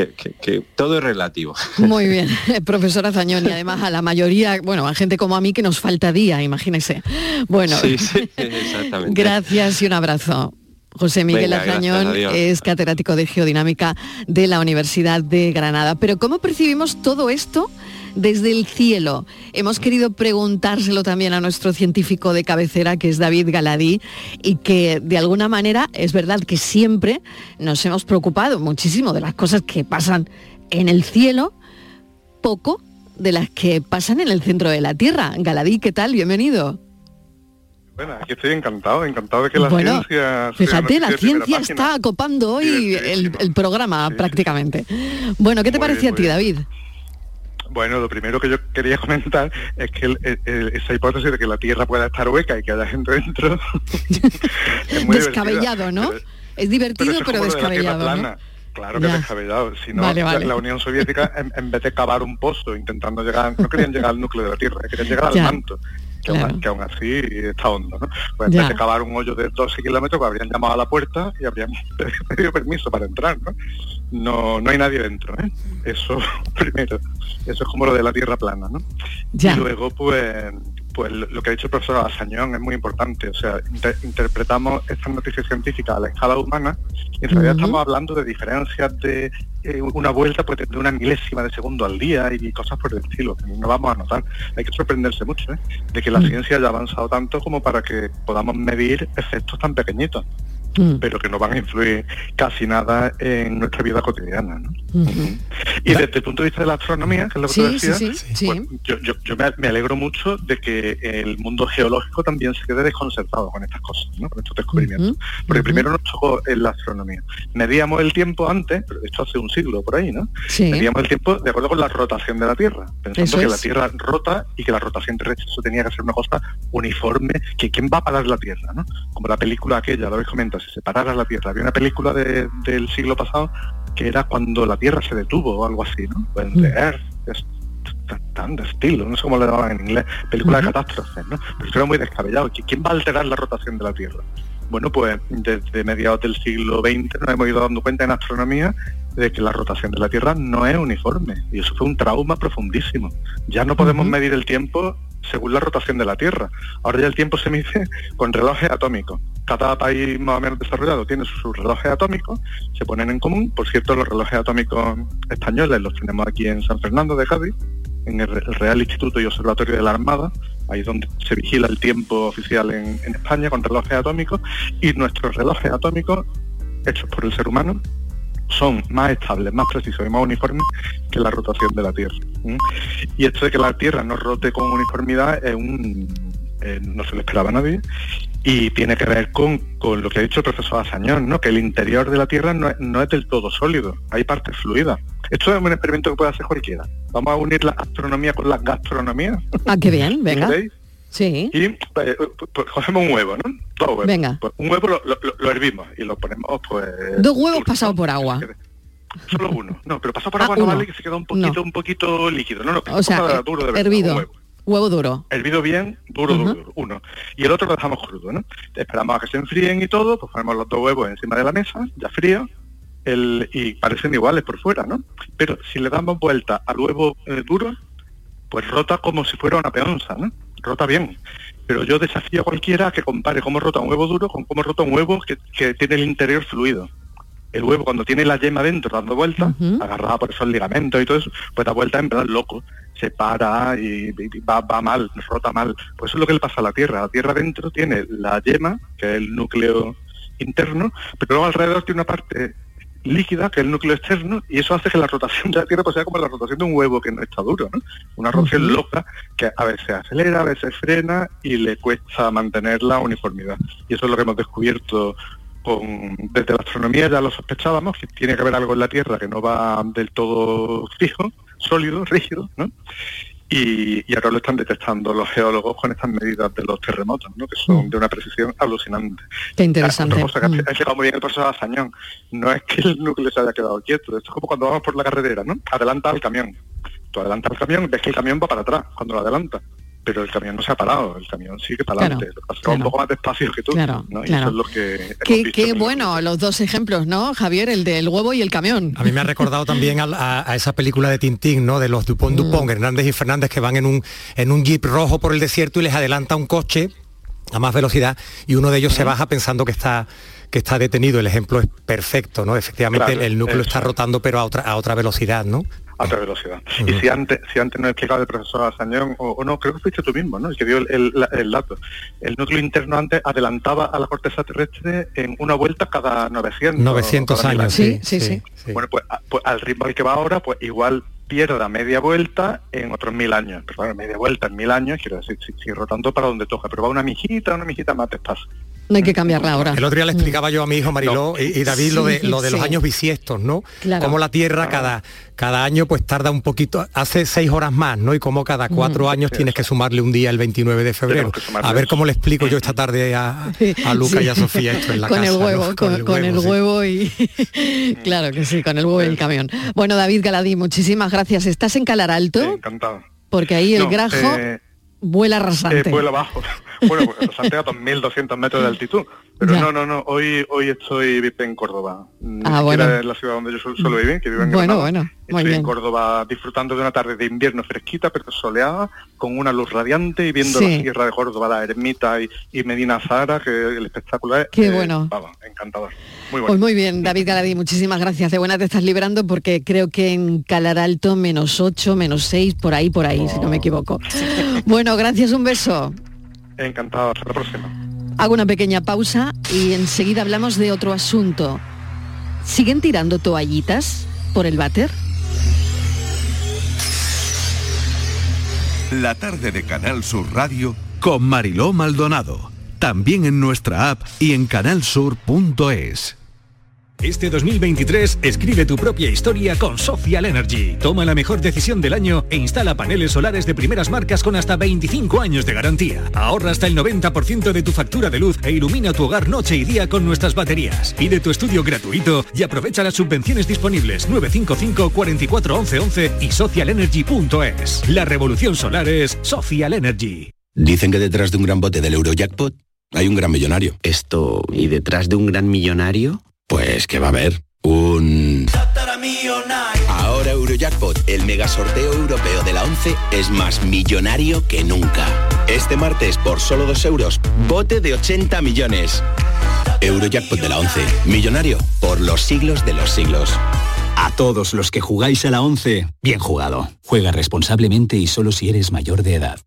Que todo es relativo. Muy bien, profesor Azañón, y además a la mayoría, bueno, a gente como a mí que nos falta día, imagínese. Bueno, sí, exactamente. Gracias y un abrazo. José Miguel Azañón es catedrático de Geodinámica de la Universidad de Granada. Pero ¿cómo percibimos todo esto desde el cielo? Hemos querido preguntárselo también a nuestro científico de cabecera, que es David Galadí, y que de alguna manera es verdad que siempre nos hemos preocupado muchísimo de las cosas que pasan en el cielo, poco de las que pasan en el centro de la Tierra. Galadí, ¿qué tal? Bienvenido. Bueno, aquí estoy encantado de que la ciencia... Fíjate, la ciencia está copando hoy el programa prácticamente. Bueno, ¿qué te parece a ti, David? Bueno, lo primero que yo quería comentar es que esa hipótesis de que la Tierra pueda estar hueca y que haya gente dentro es muy descabellado, ¿no? Es divertido, pero descabellado, ¿no? Claro que descabellado. Si no, la Unión Soviética, en vez de cavar un pozo intentando llegar, no querían llegar al núcleo de la Tierra, querían llegar al manto. Que aún así está hondo, ¿no? Pues en vez de cavar un hoyo de 12 kilómetros, pues habrían llamado a la puerta y habrían pedido permiso para entrar, ¿no? No hay nadie dentro, ¿eh? Eso primero. Eso es como lo de la Tierra plana, ¿no? Y luego, pues lo que ha dicho el profesor Azañón es muy importante. O sea, interpretamos estas noticias científicas a la escala humana y en realidad estamos hablando de diferencias de una vuelta pues de una milésima de segundo al día y cosas por el estilo, que no vamos a notar. Hay que sorprenderse mucho, de que la ciencia haya avanzado tanto como para que podamos medir efectos tan pequeñitos, pero que no van a influir casi nada en nuestra vida cotidiana, ¿no? Y desde el punto de vista de la astronomía, que es lo que tú decías, pues, yo me alegro mucho de que el mundo geológico también se quede desconcertado con estas cosas, ¿no? Con estos descubrimientos. Porque primero nos tocó en la astronomía. Medíamos el tiempo antes, pero esto hace un siglo por ahí, ¿no? Medíamos el tiempo de acuerdo con la rotación de la Tierra, pensando que la Tierra rota y que la rotación terrestre eso tenía que ser una cosa uniforme, que ¿quién va a parar la Tierra, no? Como la película aquella, lo habéis comentado, si se parara la Tierra. Había una película del siglo pasado que era cuando la Tierra se detuvo o algo así, ¿no? Pues The Earth, tan de estilo, no sé cómo le llamaban en inglés, película de catástrofes, ¿no? Pero eso era muy descabellado. ¿Quién va a alterar la rotación de la Tierra? Bueno, pues desde mediados del siglo XX nos hemos ido dando cuenta en astronomía de que la rotación de la Tierra no es uniforme, y eso fue un trauma profundísimo. Ya no podemos medir el tiempo según la rotación de la Tierra. Ahora ya el tiempo se mide con relojes atómicos. Cada país más o menos desarrollado tiene sus relojes atómicos, se ponen en común. Por cierto, los relojes atómicos españoles los tenemos aquí en San Fernando de Cádiz, en el Real Instituto y Observatorio de la Armada, ahí es donde se vigila el tiempo oficial en España con relojes atómicos, y nuestros relojes atómicos, hechos por el ser humano, son más estables, más precisos y más uniformes que la rotación de la Tierra. Y esto de que la Tierra no rote con uniformidad es no se lo esperaba a nadie, y tiene que ver con lo que ha dicho el profesor Asañón, ¿no? Que el interior de la Tierra no es del todo sólido, hay partes fluidas. Esto es un experimento que puede hacer cualquiera. Vamos a unir la astronomía con la gastronomía. Ah, qué bien, venga. ¿Veis? Sí. Y pues, cogemos un huevo, ¿no? 2 huevos. Venga. Pues un huevo lo hervimos y lo ponemos, pues... 2 huevos pasados por agua. Solo uno. No, pero pasado por agua no vale, que se queda un poquito líquido. No, o sea, duro de verdad, hervido. Huevo duro. Hervido bien, duro, uno. Y el otro lo dejamos crudo, ¿no? Esperamos a que se enfríen y todo, pues ponemos los 2 huevos encima de la mesa, ya frío, y parecen iguales por fuera, ¿no? Pero si le damos vuelta al huevo duro, pues rota como si fuera una peonza, ¿no? Rota bien. Pero yo desafío a cualquiera a que compare cómo rota un huevo duro con cómo rota un huevo que tiene el interior fluido. El huevo, cuando tiene la yema dentro dando vueltas, agarrada por esos ligamentos y todo eso, pues da vuelta en verdad loco, se para y va mal, rota mal. Pues eso es lo que le pasa a la Tierra. La Tierra dentro tiene la yema, que es el núcleo interno, pero luego alrededor tiene una parte líquida, que es el núcleo externo, y eso hace que la rotación de la Tierra pues sea como la rotación de un huevo que no está duro, ¿no? Una rotación loca que a veces acelera, a veces frena y le cuesta mantener la uniformidad. Y eso es lo que hemos descubierto desde la astronomía. Ya lo sospechábamos, que tiene que haber algo en la Tierra que no va del todo fijo, sólido, rígido, ¿no? Y ahora lo están detectando los geólogos con estas medidas de los terremotos, ¿no? Que son de una precisión alucinante. Qué interesante. Otra cosa que ha explicado muy bien el profesor Asañón, no es que el núcleo se haya quedado quieto, esto es como cuando vamos por la carretera, ¿no? Adelanta al camión. Tú adelantas al camión, ves que el camión va para atrás cuando lo adelanta, pero el camión no se ha parado, el camión sigue para adelante, va un poco más despacio que tú, ¿no? Y eso es lo que... Qué bueno, los dos ejemplos, ¿no, Javier? El del huevo y el camión. A mí me ha recordado también a esa película de Tintín, ¿no? De los Dupont, Hernández y Fernández, que van en un jeep rojo por el desierto y les adelanta un coche a más velocidad y uno de ellos se baja pensando que está detenido. El ejemplo es perfecto, ¿no? Efectivamente, claro, el núcleo está rotando, pero a otra velocidad, ¿no? A otra velocidad. Y si antes no he explicado el profesor Asañón, o no, creo que fuiste tú mismo, ¿no? El que dio el dato. El núcleo interno antes adelantaba a la corteza terrestre en una vuelta cada 900 años. Sí. Bueno, pues al ritmo al que va ahora, pues igual pierda media vuelta en otros 1000 años. Pero bueno, media vuelta en 1000 años, quiero decir, sigue rotando para donde toca, pero va una mijita más despacio. No hay que cambiarla ahora. El otro día le explicaba yo a mi hijo Mariló y David lo de los años bisiestos, ¿no? Claro. Como la Tierra cada año pues tarda un poquito, hace 6 horas más, ¿no? Y como cada 4 años tienes que sumarle un día el 29 de febrero. A ver cómo le explico yo esta tarde a Luca y a Sofía esto en la con casa. El huevo, ¿no? Con el huevo y... claro que sí, con el huevo y el camión. Bueno, David Galadí, muchísimas gracias. ¿Estás en Calar Alto? Sí, encantado. Porque ahí el grajo vuela rasante. Vuela bajo. Bueno, pues rasante a 2.200 metros de altitud. Pero no, hoy estoy en Córdoba. Bueno. En la ciudad donde yo suelo vivir, que vivo en Granada. Bueno, muy estoy bien. En Córdoba disfrutando de una tarde de invierno fresquita, pero soleada, con una luz radiante y viendo la sierra de Córdoba, la ermita y Medina Zahara, que el espectáculo es... Qué bueno. Vamos, encantador. Muy bueno. Pues muy bien, David Galadí, muchísimas gracias. De buena te estás librando porque creo que en Calar Alto -8, -6, por ahí, si no me equivoco. Bueno, gracias, un beso. Encantado, hasta la próxima. Hago una pequeña pausa y enseguida hablamos de otro asunto. ¿Siguen tirando toallitas por el váter? La tarde de Canal Sur Radio con Mariló Maldonado. También en nuestra app y en canalsur.es. Este 2023 escribe tu propia historia con Social Energy. Toma la mejor decisión del año e instala paneles solares de primeras marcas con hasta 25 años de garantía. Ahorra hasta el 90% de tu factura de luz e ilumina tu hogar noche y día con nuestras baterías. Pide tu estudio gratuito y aprovecha las subvenciones disponibles 955 44 11 11 y socialenergy.es. La revolución solar es Social Energy. Dicen que detrás de un gran bote del Eurojackpot hay un gran millonario. ¿Y detrás de un gran millonario? Pues que va a haber un... Ahora Eurojackpot, el mega sorteo europeo de la 11, es más millonario que nunca. Este martes, por solo 2 euros, bote de 80 millones. Eurojackpot de la 11, millonario por los siglos de los siglos. A todos los que jugáis a la 11, bien jugado. Juega responsablemente y solo si eres mayor de edad.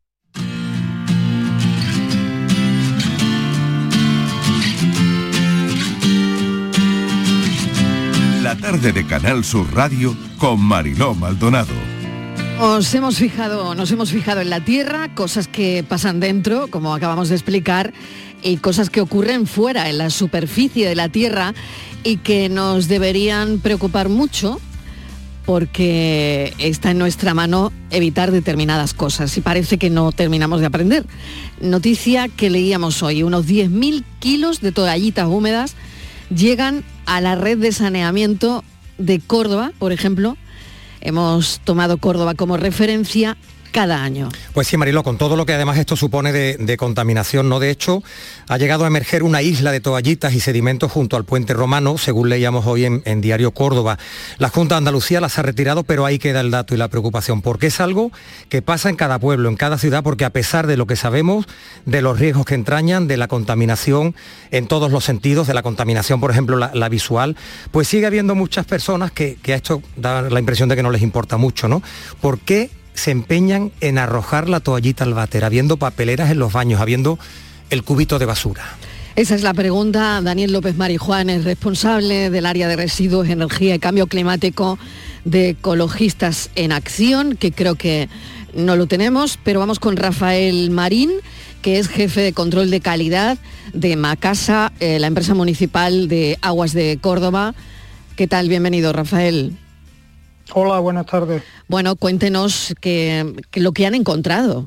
La tarde de Canal Sur Radio con Mariló Maldonado. Nos hemos fijado en la Tierra, cosas que pasan dentro, como acabamos de explicar, y cosas que ocurren fuera, en la superficie de la Tierra, y que nos deberían preocupar mucho, porque está en nuestra mano evitar determinadas cosas, y parece que no terminamos de aprender. Noticia que leíamos hoy: unos 10.000 kilos de toallitas húmedas llegan a la red de saneamiento de Córdoba, por ejemplo. Hemos tomado Córdoba como referencia cada año. Pues sí, Mariló, con todo lo que además esto supone de contaminación, ¿no? De hecho, ha llegado a emerger una isla de toallitas y sedimentos junto al puente romano, según leíamos hoy en Diario Córdoba. La Junta de Andalucía las ha retirado, pero ahí queda el dato y la preocupación, porque es algo que pasa en cada pueblo, en cada ciudad, porque a pesar de lo que sabemos, de los riesgos que entrañan, de la contaminación en todos los sentidos, de la contaminación, por ejemplo, la visual, pues sigue habiendo muchas personas que a esto da la impresión de que no les importa mucho, ¿no? ¿Por qué se empeñan en arrojar la toallita al váter, habiendo papeleras en los baños, habiendo el cubito de basura? Esa es la pregunta. Daniel López Marijuán es responsable del área de residuos, energía y cambio climático de Ecologistas en Acción, que creo que no lo tenemos, pero vamos con Rafael Marín, que es jefe de control de calidad de Macasa, la empresa municipal de aguas de Córdoba. ¿Qué tal? Bienvenido, Rafael. Hola, buenas tardes. Bueno, cuéntenos lo que han encontrado.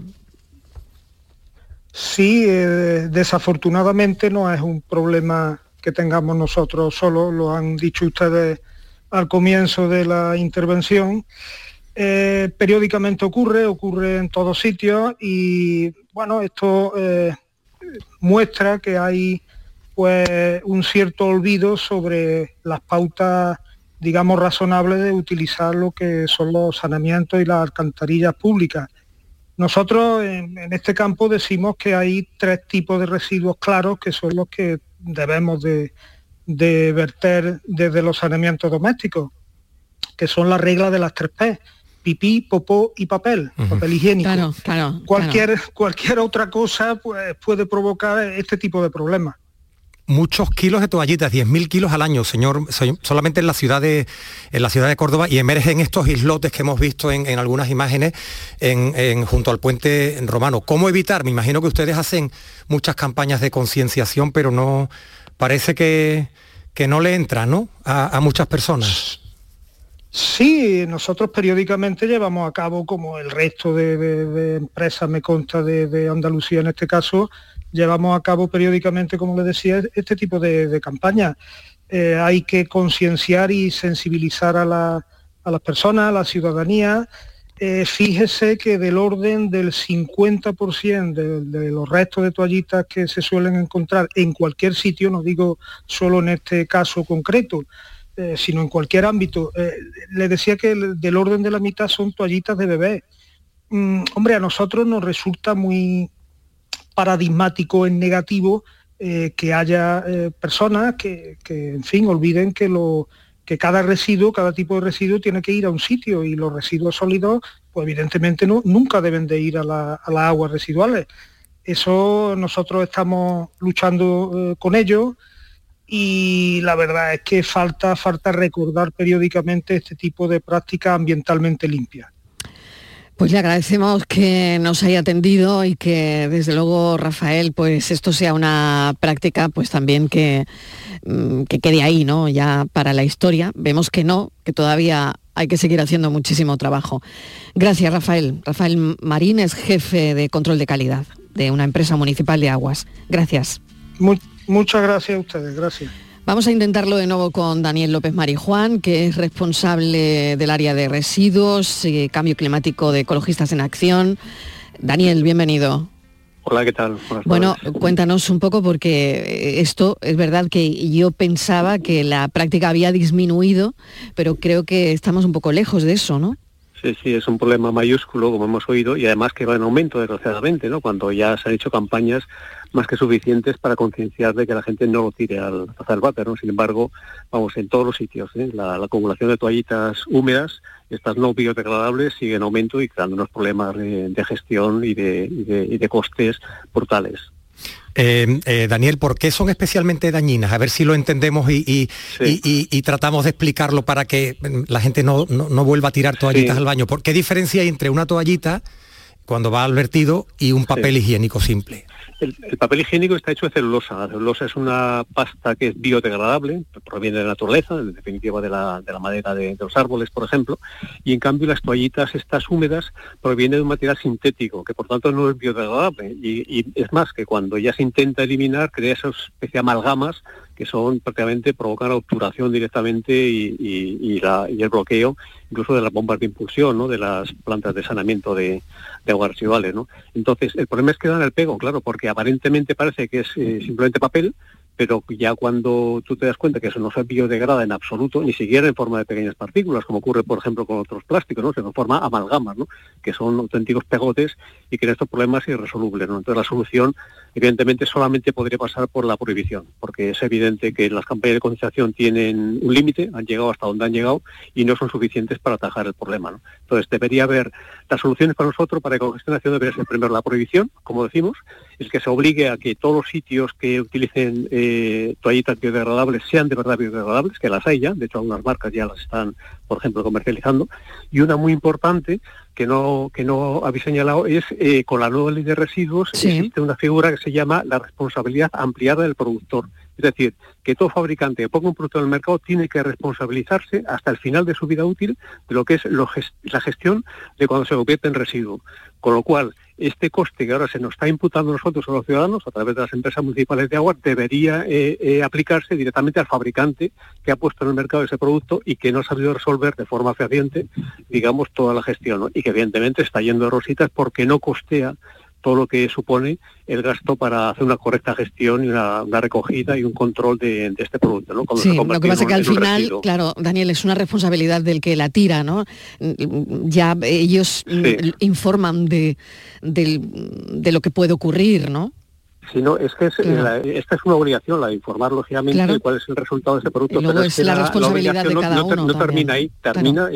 Sí, desafortunadamente no es un problema que tengamos nosotros solo, lo han dicho ustedes al comienzo de la intervención. Periódicamente ocurre en todos sitios y bueno, esto muestra que hay pues un cierto olvido sobre las pautas, digamos, razonables de utilizar lo que son los saneamientos y las alcantarillas públicas. Nosotros en este campo decimos que hay 3 tipos de residuos claros que son los que debemos de verter desde los saneamientos domésticos, que son las reglas de las 3 P: pipí, popó y papel, papel higiénico. Claro. Cualquier otra cosa pues, puede provocar este tipo de problemas. Muchos kilos de toallitas, 10.000 kilos al año, señor, solamente en la ciudad de Córdoba, y emergen estos islotes que hemos visto en algunas imágenes junto al puente romano. ¿Cómo evitar? Me imagino que ustedes hacen muchas campañas de concienciación, pero no parece que no le entra, ¿no?, a muchas personas. Sí, nosotros periódicamente llevamos a cabo, como el resto de empresas, me consta, de Andalucía en este caso, llevamos a cabo periódicamente, como les decía, este tipo de campañas. Hay que concienciar y sensibilizar a las personas, a la ciudadanía. Fíjese que del orden del 50% de los restos de toallitas que se suelen encontrar en cualquier sitio, no digo solo en este caso concreto, sino en cualquier ámbito, les decía que del orden de la mitad son toallitas de bebé. Hombre, a nosotros nos resulta muy paradigmático en negativo que haya personas que en fin, olviden que cada tipo de residuo tiene que ir a un sitio, y los residuos sólidos, pues evidentemente nunca deben de ir a las aguas residuales. Eso nosotros estamos luchando con ello, y la verdad es que falta recordar periódicamente este tipo de prácticas ambientalmente limpias. Pues le agradecemos que nos haya atendido y que desde luego, Rafael, pues esto sea una práctica pues también que quede ahí, ¿no?, ya para la historia. Vemos que no, que todavía hay que seguir haciendo muchísimo trabajo. Gracias, Rafael. Rafael Marín es jefe de control de calidad de una empresa municipal de aguas. Gracias. Muchas gracias a ustedes, gracias. Vamos a intentarlo de nuevo con Daniel López Marijuán, que es responsable del área de residuos y cambio climático de Ecologistas en Acción. Daniel, bienvenido. Hola, ¿qué tal? Bueno, cuéntanos un poco, porque esto es verdad que yo pensaba que la práctica había disminuido, pero creo que estamos un poco lejos de eso, ¿no? Sí, es un problema mayúsculo, como hemos oído, y además que va en aumento desgraciadamente, ¿no? Cuando ya se han hecho campañas más que suficientes para concienciar de que la gente no lo tire al váter, ¿no? Sin embargo, vamos, en todos los sitios, la acumulación de toallitas húmedas, estas no biodegradables, sigue en aumento y creando unos problemas de gestión y de costes brutales. Daniel, ¿por qué son especialmente dañinas? A ver si lo entendemos y tratamos de explicarlo para que la gente no vuelva a tirar toallitas al baño. ¿Qué diferencia hay entre una toallita cuando va al vertido y un papel higiénico simple? El papel higiénico está hecho de celulosa. La celulosa es una pasta que es biodegradable, proviene de la naturaleza, en definitiva de la madera de los árboles, por ejemplo, y en cambio las toallitas estas húmedas provienen de un material sintético, que por tanto no es biodegradable, y es más, que cuando ya se intenta eliminar, crea esa especie de amalgamas que son prácticamente, provocan la obturación directamente y el bloqueo incluso de las bombas de impulsión, ¿no? De las plantas de saneamiento de aguas residuales, ¿no? Entonces, el problema es que dan el pego, claro, porque aparentemente parece que es simplemente papel, pero ya cuando tú te das cuenta que eso no se biodegrada en absoluto, ni siquiera en forma de pequeñas partículas, como ocurre, por ejemplo, con otros plásticos, ¿no? Se forma amalgamas, ¿no? Que son auténticos pegotes y crean estos problemas irresolubles, ¿no? Entonces la solución, evidentemente, solamente podría pasar por la prohibición, porque es evidente que las campañas de concienciación tienen un límite, han llegado hasta donde han llegado y no son suficientes para atajar el problema, ¿no? Entonces debería haber, las soluciones para nosotros, para ecogestionación, debería ser primero la prohibición, como decimos, es que se obligue a que todos los sitios que utilicen toallitas biodegradables sean de verdad biodegradables, que las hay ya, de hecho algunas marcas ya las están, por ejemplo, comercializando, y una muy importante que no habéis señalado es con la nueva ley de residuos existe una figura que se llama la responsabilidad ampliada del productor. Es decir, que todo fabricante que ponga un producto en el mercado tiene que responsabilizarse hasta el final de su vida útil de lo que es la gestión de cuando se convierte en residuo. Con lo cual, este coste que ahora se nos está imputando a nosotros, a los ciudadanos, a través de las empresas municipales de agua, debería aplicarse directamente al fabricante que ha puesto en el mercado ese producto y que no ha sabido resolver de forma fehaciente, digamos, toda la gestión, ¿no? Y que evidentemente está yendo de rositas porque no costea todo lo que supone el gasto para hacer una correcta gestión y una recogida y un control de este producto, ¿no? Sí, lo que pasa es que al final, claro, Daniel, es una responsabilidad del que la tira, ¿no? Ya ellos informan de lo que puede ocurrir, ¿no? Si no, es que esta es una obligación, la de informar lógicamente de cuál es el resultado de ese producto. Y luego pero es la responsabilidad de cada uno. No termina ahí, termina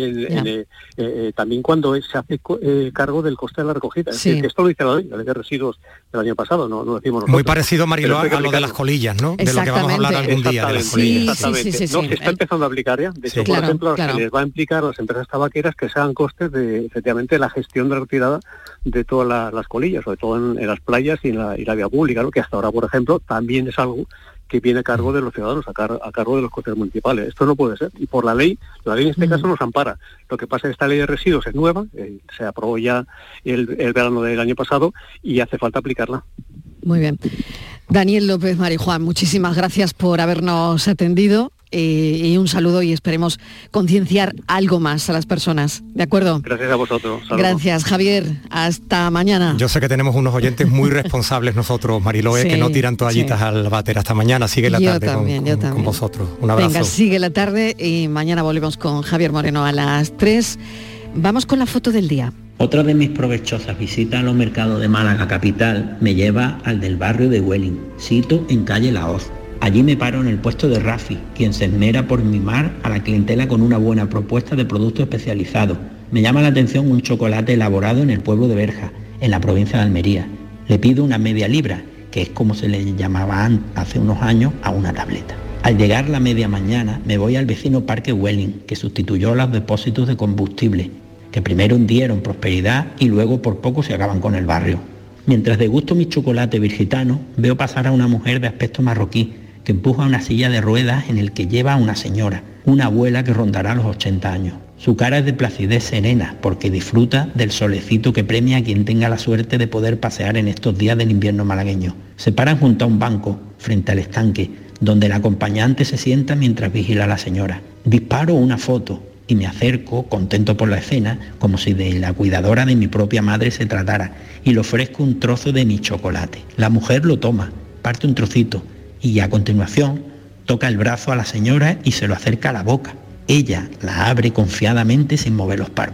también cuando se hace cargo del coste de la recogida. Es decir, que esto lo dice la ley de residuos del año pasado, no lo decimos nosotros. Muy parecido, Mariló, a lo de las colillas, ¿no? De lo que vamos a hablar algún día, de las colillas. Exactamente. Se está empezando a aplicar ya. De hecho, por ejemplo, se les va a implicar a las empresas tabaqueras que se hagan costes de, efectivamente, la gestión de la retirada de todas las colillas, sobre todo en las playas y la vía pública, ¿no? Que hasta ahora, por ejemplo, también es algo que viene a cargo de los ciudadanos, a cargo de los costes municipales. Esto no puede ser. Y por la ley en este caso nos ampara. Lo que pasa es que esta ley de residuos es nueva, se aprobó ya el verano del año pasado y hace falta aplicarla. Muy bien. Daniel López Marijuán, muchísimas gracias por habernos atendido. Y un saludo y esperemos concienciar algo más a las personas, ¿de acuerdo? Gracias a vosotros. Saludos. Gracias, Javier. Hasta mañana. Yo sé que tenemos unos oyentes muy responsables nosotros, Mariló, que no tiran toallitas al váter. Hasta mañana, sigue la tarde con vosotros. Un abrazo. Venga, sigue la tarde y mañana volvemos con Javier Moreno a las 3. Vamos con la foto del día. Otra de mis provechosas visitas a los mercados de Málaga capital me lleva al del barrio de Huelin, sito en calle La Hoz. Allí me paro en el puesto de Rafi, quien se esmera por mimar a la clientela con una buena propuesta de productos especializados. Me llama la atención un chocolate elaborado en el pueblo de Berja, en la provincia de Almería. Le pido una media libra, que es como se le llamaba hace unos años a una tableta. Al llegar la media mañana me voy al vecino Parque Welling, que sustituyó los depósitos de combustible, que primero hundieron prosperidad y luego por poco se acaban con el barrio. Mientras degusto mi chocolate virgitano, veo pasar a una mujer de aspecto marroquí, que empuja una silla de ruedas en el que lleva a una señora, una abuela que rondará los 80 años. Su cara es de placidez serena, porque disfruta del solecito que premia a quien tenga la suerte de poder pasear en estos días del invierno malagueño. Se paran junto a un banco, frente al estanque, donde el acompañante se sienta mientras vigila a la señora. Disparo una foto y me acerco, contento por la escena, como si de la cuidadora de mi propia madre se tratara, y le ofrezco un trozo de mi chocolate. La mujer lo toma, parte un trocito, y a continuación toca el brazo a la señora y se lo acerca a la boca. Ella la abre confiadamente sin mover los párpados.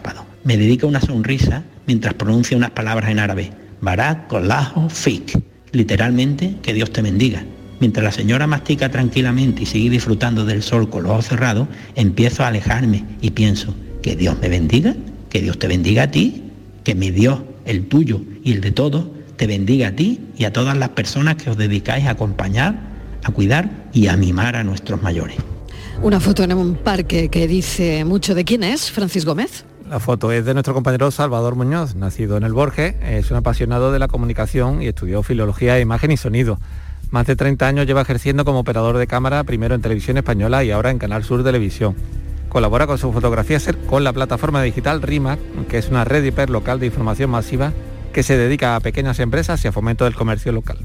me dedica una sonrisa mientras pronuncia unas palabras en árabe. Barak Allahu Fik, literalmente, que Dios te bendiga. Mientras la señora mastica tranquilamente y sigue disfrutando del sol con los ojos cerrados, empiezo a alejarme y pienso, que Dios me bendiga, que Dios te bendiga a ti, que mi Dios, el tuyo y el de todos, te bendiga a ti y a todas las personas que os dedicáis a acompañar, a cuidar y a mimar a nuestros mayores. Una foto en un parque que dice mucho. ¿De quién es, Francis Gómez? La foto es de nuestro compañero Salvador Muñoz, nacido en el Borges, es un apasionado de la comunicación y estudió filología, imagen y sonido. Más de 30 años lleva ejerciendo como operador de cámara, primero en Televisión Española y ahora en Canal Sur Televisión. Colabora con sus fotografías con la plataforma digital RIMAC, que es una red hiperlocal de información masiva que se dedica a pequeñas empresas y a fomento del comercio local.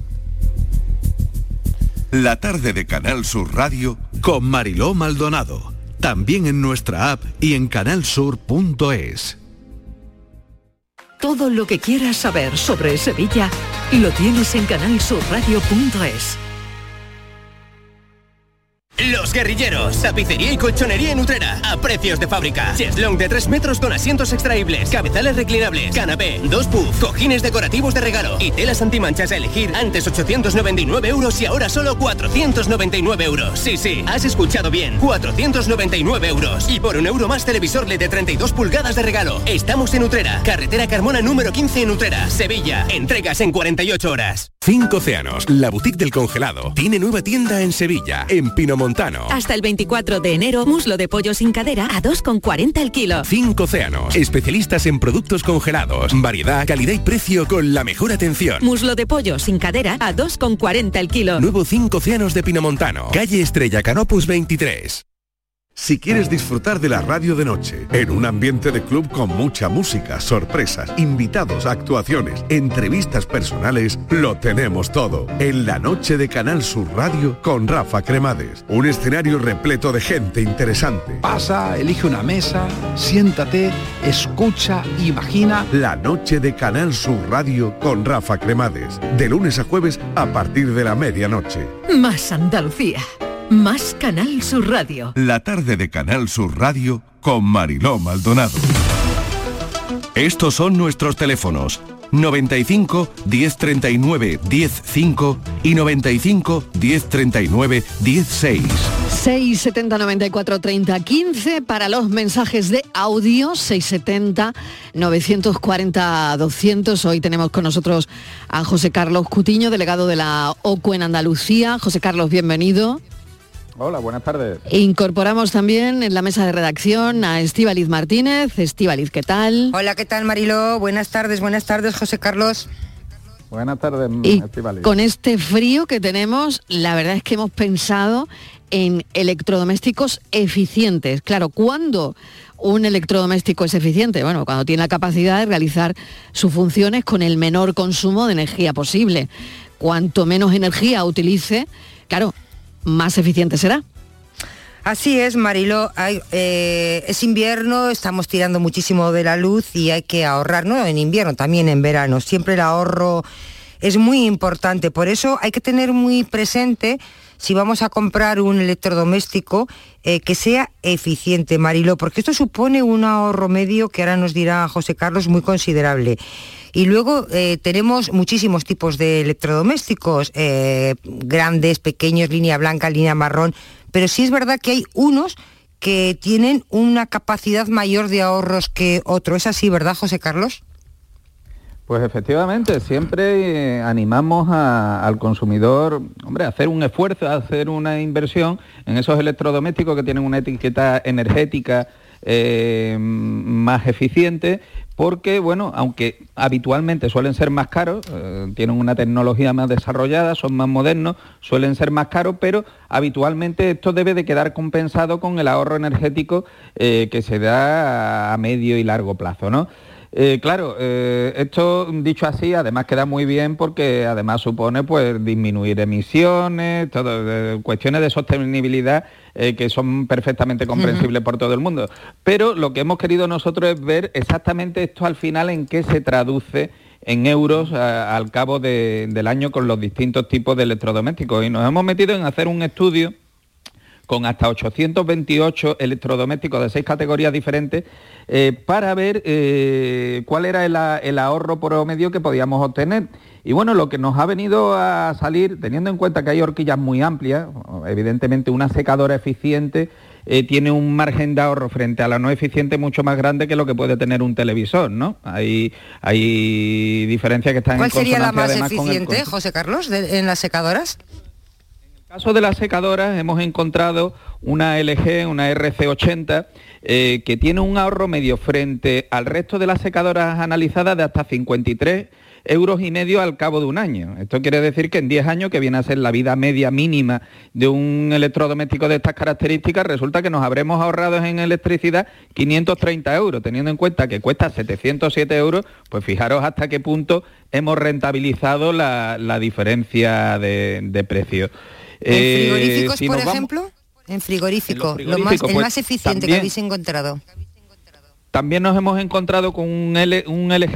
La tarde de Canal Sur Radio con Mariló Maldonado. También en nuestra app y en canalsur.es. Todo lo que quieras saber sobre Sevilla lo tienes en canalsurradio.es. Los Guerrilleros, tapicería y colchonería en Utrera, a precios de fábrica. Cheslong de 3 metros con asientos extraíbles, cabezales reclinables, canapé, 2 puff, cojines decorativos de regalo y telas antimanchas a elegir. Antes 899 euros y ahora solo 499 euros. Sí, has escuchado bien, 499 euros. Y por €1 más televisor LED de 32 pulgadas de regalo. Estamos en Utrera, carretera Carmona número 15 en Utrera, Sevilla. Entregas en 48 horas. 5 Océanos, la boutique del congelado, tiene nueva tienda en Sevilla, en Pinomontano. Hasta el 24 de enero, muslo de pollo sin cadera a 2,40 el kilo. 5 Océanos, especialistas en productos congelados, variedad, calidad y precio con la mejor atención. Muslo de pollo sin cadera a 2,40 el kilo. Nuevo 5 Océanos de Pinomontano, calle Estrella Canopus 23. Si quieres disfrutar de la radio de noche, en un ambiente de club con mucha música, sorpresas, invitados, actuaciones, entrevistas personales, lo tenemos todo. En la noche de Canal Sur Radio con Rafa Cremades. Un escenario repleto de gente interesante. Pasa, elige una mesa, siéntate, escucha, imagina. La noche de Canal Sur Radio con Rafa Cremades. De lunes a jueves a partir de la medianoche. Más Andalucía. Más Canal Sur Radio. La tarde de Canal Sur Radio con Mariló Maldonado. Estos son nuestros teléfonos: 95 1039 105 y 95 1039 16. 670 94 30 15 para los mensajes de audio, 670 940 200. Hoy tenemos con nosotros a José Carlos Cutiño, delegado de la OCU en Andalucía. José Carlos, bienvenido. Hola, buenas tardes. Incorporamos también en la mesa de redacción a Estíbaliz Martínez. Estíbaliz, ¿qué tal? Hola, ¿qué tal, Mariló? Buenas tardes, José Carlos. Buenas tardes, Estíbaliz. Con este frío que tenemos, la verdad es que hemos pensado en electrodomésticos eficientes. Claro, ¿cuándo un electrodoméstico es eficiente? Bueno, cuando tiene la capacidad de realizar sus funciones con el menor consumo de energía posible. Cuanto menos energía utilice, claro, más eficiente será. Así es, Mariló. Es invierno, estamos tirando muchísimo de la luz y hay que ahorrar, no en invierno, también en verano. Siempre el ahorro es muy importante. Por eso hay que tener muy presente, si vamos a comprar un electrodoméstico, que sea eficiente, Mariló, porque esto supone un ahorro medio que ahora nos dirá José Carlos muy considerable. Y luego tenemos muchísimos tipos de electrodomésticos, grandes, pequeños, línea blanca, línea marrón, pero sí es verdad que hay unos que tienen una capacidad mayor de ahorros que otros. ¿Es así, verdad, José Carlos? Pues efectivamente, siempre animamos al consumidor, a hacer un esfuerzo, a hacer una inversión en esos electrodomésticos que tienen una etiqueta energética más eficiente, porque, bueno, aunque habitualmente suelen ser más caros, tienen una tecnología más desarrollada, son más modernos, suelen ser más caros, pero habitualmente esto debe de quedar compensado con el ahorro energético que se da a medio y largo plazo, ¿no? Claro, esto dicho así además queda muy bien porque además supone pues disminuir emisiones, cuestiones de sostenibilidad que son perfectamente comprensibles por todo el mundo. Pero lo que hemos querido nosotros es ver exactamente esto al final en qué se traduce en euros al cabo del año con los distintos tipos de electrodomésticos. Y nos hemos metido en hacer un estudio con hasta 828 electrodomésticos de 6 categorías diferentes para ver cuál era el ahorro promedio que podíamos obtener. Y bueno, lo que nos ha venido a salir, teniendo en cuenta que hay horquillas muy amplias, evidentemente una secadora eficiente tiene un margen de ahorro frente a la no eficiente mucho más grande que lo que puede tener un televisor, ¿no? Hay diferencias que están en consonancia. ¿Cuál sería la más eficiente, José Carlos, en las secadoras? En el caso de las secadoras hemos encontrado una LG, una RC80, que tiene un ahorro medio frente al resto de las secadoras analizadas de hasta 53 euros y medio al cabo de un año. Esto quiere decir que en 10 años, que viene a ser la vida media mínima de un electrodoméstico de estas características, resulta que nos habremos ahorrado en electricidad 530 euros, teniendo en cuenta que cuesta 707 euros, pues fijaros hasta qué punto hemos rentabilizado la diferencia de precio. ¿En frigoríficos, por ejemplo? En frigorífico, el más eficiente que habéis encontrado. También nos hemos encontrado con un LG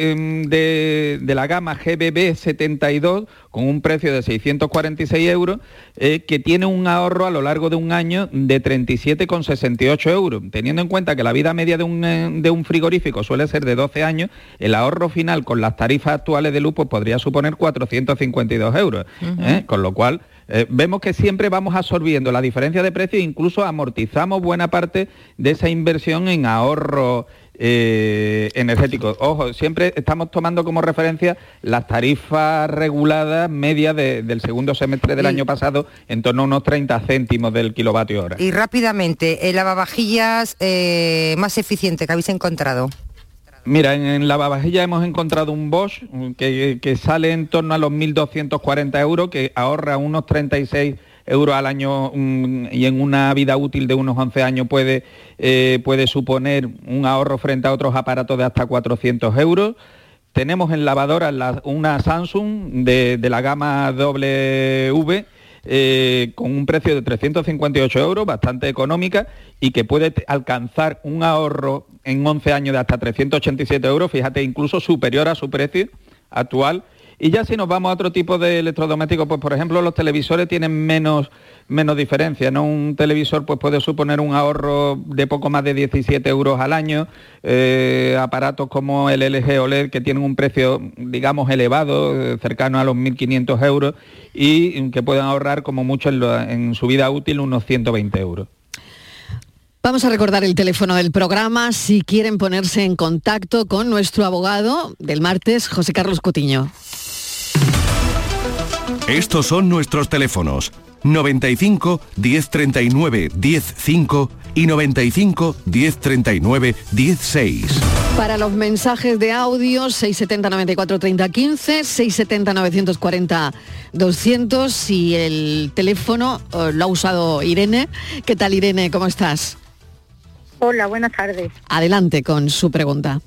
de la gama GBB 72 con un precio de 646 euros, que tiene un ahorro a lo largo de un año de 37,68 euros. Teniendo en cuenta que la vida media de un frigorífico suele ser de 12 años, el ahorro final con las tarifas actuales de luz pues, podría suponer 452 euros. Con lo cual, vemos que siempre vamos absorbiendo la diferencia de precio e incluso amortizamos buena parte de esa inversión en ahorro energético. Ojo, siempre estamos tomando como referencia las tarifas reguladas medias del segundo semestre del año pasado, en torno a unos 30 céntimos del kilovatio hora. Y rápidamente, el lavavajillas más eficiente que habéis encontrado. Mira, en lavavajillas hemos encontrado un Bosch que sale en torno a los 1.240 euros, que ahorra unos 36 euros al año y en una vida útil de unos 11 años puede suponer un ahorro frente a otros aparatos de hasta 400 euros. Tenemos en lavadoras una Samsung de la gama W, con un precio de 358 euros, bastante económica, y que puede alcanzar un ahorro en 11 años de hasta 387 euros, fíjate, incluso superior a su precio actual. Y ya si nos vamos a otro tipo de electrodomésticos, pues por ejemplo los televisores tienen menos diferencia, ¿no? Un televisor pues puede suponer un ahorro de poco más de 17 euros al año, aparatos como el LG OLED que tienen un precio, digamos, elevado, cercano a los 1.500 euros y que pueden ahorrar como mucho en su vida útil unos 120 euros. Vamos a recordar el teléfono del programa si quieren ponerse en contacto con nuestro abogado del martes, José Carlos Cutiño. Estos son nuestros teléfonos: 95 1039 105 y 95 1039 16. Para los mensajes de audio, 670 94 30 15, 670 940 200 y el teléfono lo ha usado Irene. ¿Qué tal, Irene? ¿Cómo estás? Hola, buenas tardes. Adelante con su pregunta.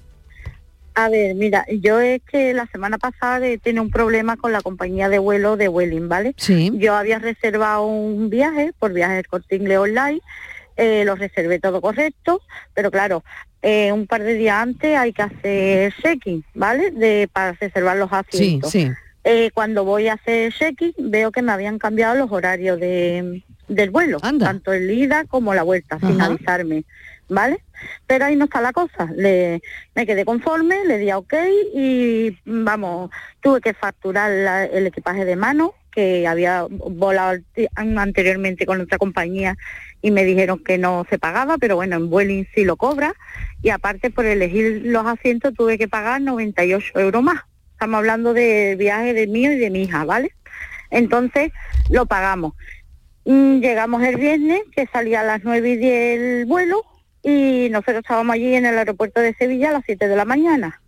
A ver, mira, yo es que la semana pasada tenía un problema con la compañía de vuelo de Vueling, ¿vale? Sí. Yo había reservado un viaje por Viajes Corte Inglés online, lo reservé todo correcto, pero claro, un par de días antes hay que hacer check-in, ¿vale? Para reservar los asientos. Sí, sí. Cuando voy a hacer check-in veo que me habían cambiado los horarios del vuelo, tanto el ida como la vuelta, sin avisarme, ¿vale? Pero ahí no está la cosa, me quedé conforme, le di a OK y vamos, tuve que facturar el equipaje de mano que había volado anteriormente con otra compañía y me dijeron que no se pagaba, pero bueno, en Vueling sí lo cobra, y aparte por elegir los asientos tuve que pagar 98 euros más. Estamos hablando de viaje de mío y de mi hija, ¿vale? Entonces lo pagamos. Llegamos el viernes, que salía a las 9:10 el vuelo, y nosotros estábamos allí en el aeropuerto de Sevilla a las 7 de la mañana.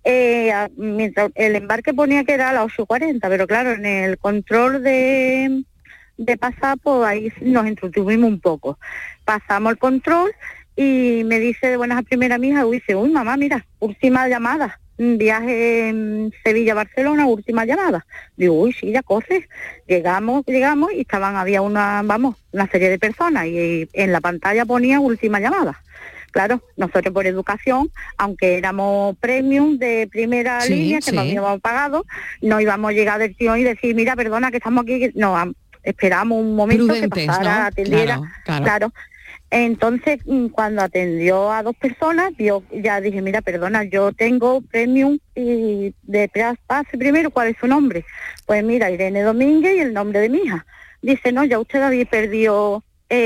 Mientras el embarque ponía que era a las 8:40, pero claro, en el control de pasar, pues ahí nos entretuvimos un poco. Pasamos el control y me dice de buenas a primera mi hija, dice, uy mamá, mira, última llamada, viaje en Sevilla-Barcelona, última llamada. Digo, uy, sí, ya corre. Llegamos y había una serie de personas y en la pantalla ponía última llamada. Claro, nosotros por educación, aunque éramos premium de primera línea, que nos habíamos pagado, no íbamos a llegar del tío y decir, mira, perdona que estamos aquí. No, esperamos un momento prudentes, que pasara, ¿no? atendiera, claro. Entonces, cuando atendió a 2 personas, ya dije, mira, perdona, yo tengo premium y de pase primero, ¿cuál es su nombre? Pues mira, Irene Domínguez y el nombre de mi hija. Dice, no, ya usted había perdido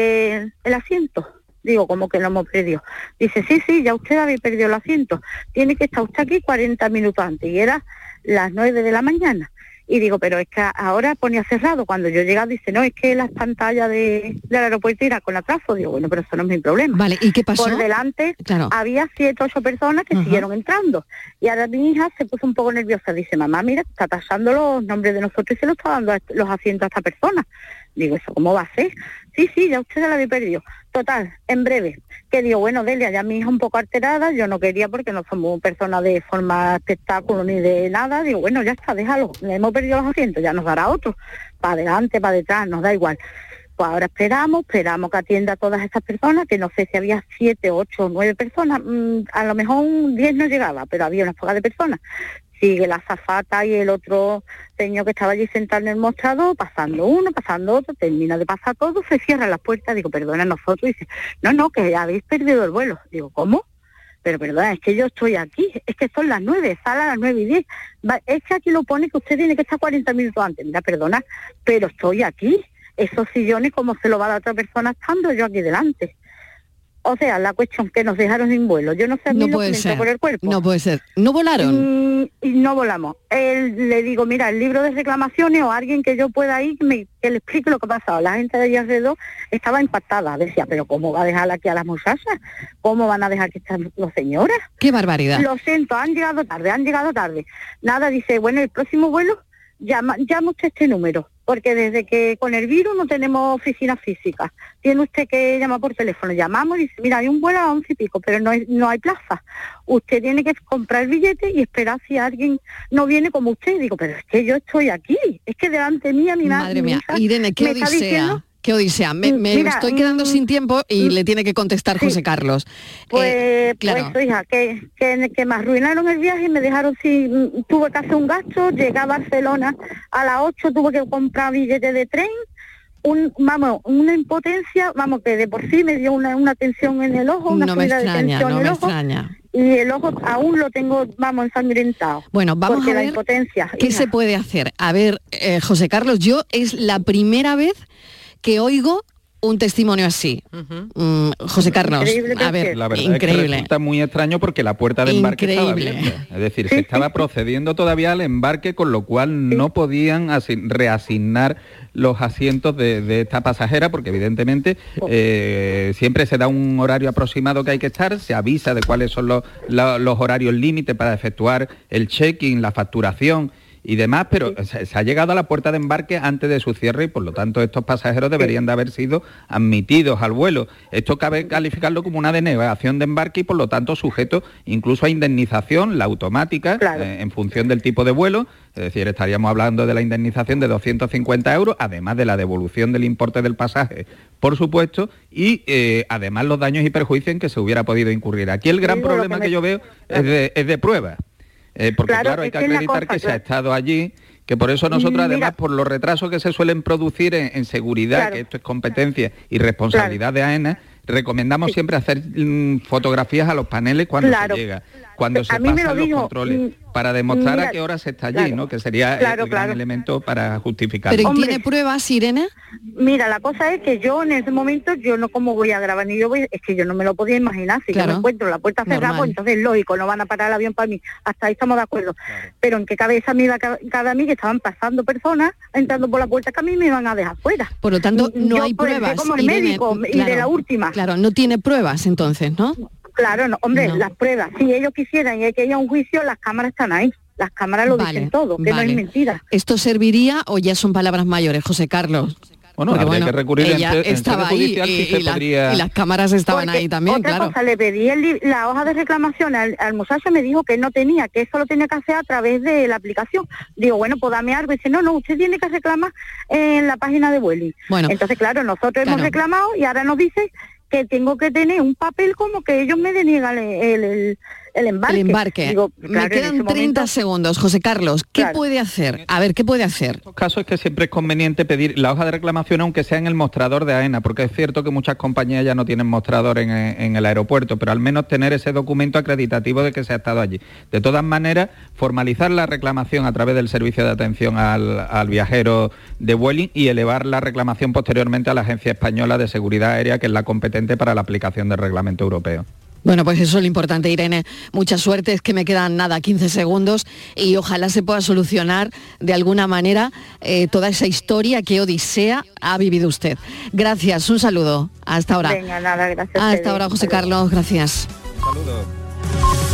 el asiento. Digo, ¿cómo que lo hemos perdido? Dice, sí, ya usted había perdido el asiento. Tiene que estar usted aquí 40 minutos antes. Y era las 9 de la mañana. Y digo, pero es que ahora ponía cerrado. Cuando yo llegaba, dice, no, es que las pantallas del aeropuerto irán con atraso. Digo, bueno, pero eso no es mi problema. Vale, ¿y qué pasó? Por delante había 7 o 8 personas que siguieron entrando. Y ahora mi hija se puso un poco nerviosa. Dice, mamá, mira, está tasando los nombres de nosotros y se lo está dando los asientos a esta persona. Digo, ¿eso cómo va a ser? Sí, ya usted se la había perdido. Total, en breve. Que digo, bueno, Delia, ya mi hija un poco alterada, yo no quería porque no somos personas de forma espectáculo ni de nada. Digo, bueno, ya está, déjalo. Le hemos perdido los asientos, ya nos dará otro. Para adelante, para detrás, nos da igual. Pues ahora esperamos que atienda a todas estas personas, que no sé si había 7, 8 o 9 personas. A lo mejor 10 no llegaba, pero había una poca de personas. Sigue la azafata y el otro señor que estaba allí sentado en el mostrador, pasando uno, pasando otro, termina de pasar todo, se cierran las puertas. Digo, perdona, nosotros. Dice, no, que habéis perdido el vuelo. Digo, ¿cómo? Pero perdona, es que yo estoy aquí, es que son las 9, sale a las 9:10. Es que aquí lo pone que usted tiene que estar 40 minutos antes. Mira, perdona, pero estoy aquí. Esos sillones, ¿cómo se lo va a dar otra persona estando yo aquí delante? O sea, la cuestión que nos dejaron sin vuelo. Yo no sé a mí lo que me entró por el cuerpo. No puede ser. ¿No volaron? Y no volamos. Le digo, mira, el libro de reclamaciones o alguien que yo pueda ir que le explique lo que ha pasado. La gente de allí alrededor estaba impactada. Decía, pero ¿cómo va a dejar aquí a las muchachas? ¿Cómo van a dejar que estén las señoras? ¡Qué barbaridad! Lo siento, han llegado tarde. Nada, dice, bueno, el próximo vuelo llama usted este número, porque desde que con el virus no tenemos oficina física, tiene usted que llamar por teléfono. Llamamos y dice, mira, hay un vuelo a las 11 y pico, pero no hay plaza. Usted tiene que comprar el billete y esperar si alguien no viene como usted. Digo, pero es que yo estoy aquí, es que delante mía Madre mía, Irene, qué odisea. Qué odisea. Me estoy quedando sin tiempo y le tiene que contestar José Carlos. Pues hija, que me arruinaron el viaje y me dejaron tuve que hacer un gasto, llegué a Barcelona a las 8, tuve que comprar billete de tren, una impotencia, que de por sí me dio una tensión en el ojo, una subida de tensión en el ojo. Y el ojo aún lo tengo, ensangrentado. Bueno, vamos a ver la impotencia, qué se puede hacer. A ver, José Carlos, yo es la primera vez que oigo un testimonio así. José Carlos, a ver, la verdad increíble. Es que resulta muy extraño porque la puerta de embarque estaba abierta. Es decir, se estaba procediendo todavía al embarque, con lo cual no podían reasignar los asientos de esta pasajera, porque evidentemente siempre se da un horario aproximado que hay que estar, se avisa de cuáles son los horarios límite para efectuar el check-in, la facturación y demás, pero se ha llegado a la puerta de embarque antes de su cierre y por lo tanto estos pasajeros deberían de haber sido admitidos al vuelo. Esto cabe calificarlo como una denegación de embarque y por lo tanto sujeto incluso a indemnización, la automática, en función del tipo de vuelo. Es decir, estaríamos hablando de la indemnización de 250 euros, además de la devolución del importe del pasaje, por supuesto, y además los daños y perjuicios en que se hubiera podido incurrir. Aquí el gran problema que yo veo es de pruebas. Porque claro, hay que acreditar que se ha estado allí, que por eso nosotros además por los retrasos que se suelen producir en seguridad, que esto es competencia y responsabilidad de AENA, recomendamos siempre hacer fotografías a los paneles cuando se llega, cuando se pasan los controles, para demostrar a qué hora se está allí, ¿no? Que sería el gran elemento para justificar. ¿Pero tiene pruebas, Irene? Mira, la cosa es que yo en ese momento, yo no como voy a grabar ni yo voy, es que yo no me lo podía imaginar. Si yo me encuentro la puerta cerrada, pues entonces lógico, no van a parar el avión para mí. Hasta ahí estamos de acuerdo. Pero en qué cabeza me iba cada mí que estaban pasando personas entrando por la puerta que a mí me iban a dejar fuera. Por lo tanto, no hay pruebas. Como el médico y de la última. Claro, no tiene pruebas entonces, ¿no? Claro, no, hombre, las pruebas, si ellos quisieran y hay que ir a un juicio, las cámaras están ahí. Las cámaras lo dicen todo, que no es mentira. ¿Esto serviría o ya son palabras mayores, José Carlos? Bueno, habría que recurrir ella estaba ahí y las cámaras estaban ahí también, otra cosa, le pedí la hoja de reclamación al muchacho, me dijo que no tenía, que eso lo tenía que hacer a través de la aplicación. Digo, bueno, pues dame algo. Y dice, no, usted tiene que reclamar en la página de Vueling. Bueno, entonces, claro, nosotros hemos reclamado y ahora nos dice que tengo que tener un papel como que ellos me deniegan el el embarque. Digo, me quedan 30 segundos, José Carlos. ¿Qué puede hacer? A ver, ¿qué puede hacer? En estos casos es que siempre es conveniente pedir la hoja de reclamación, aunque sea en el mostrador de AENA, porque es cierto que muchas compañías ya no tienen mostrador en el aeropuerto, pero al menos tener ese documento acreditativo de que se ha estado allí. De todas maneras, formalizar la reclamación a través del servicio de atención al viajero de Vueling y elevar la reclamación posteriormente a la Agencia Española de Seguridad Aérea, que es la competente para la aplicación del reglamento europeo. Bueno, pues eso es lo importante, Irene. Mucha suerte, es que me quedan 15 segundos y ojalá se pueda solucionar de alguna manera toda esa historia, qué odisea ha vivido usted. Gracias, un saludo. Hasta ahora. Venga, nada, gracias. Hasta ahora, José Carlos, gracias. Saludos.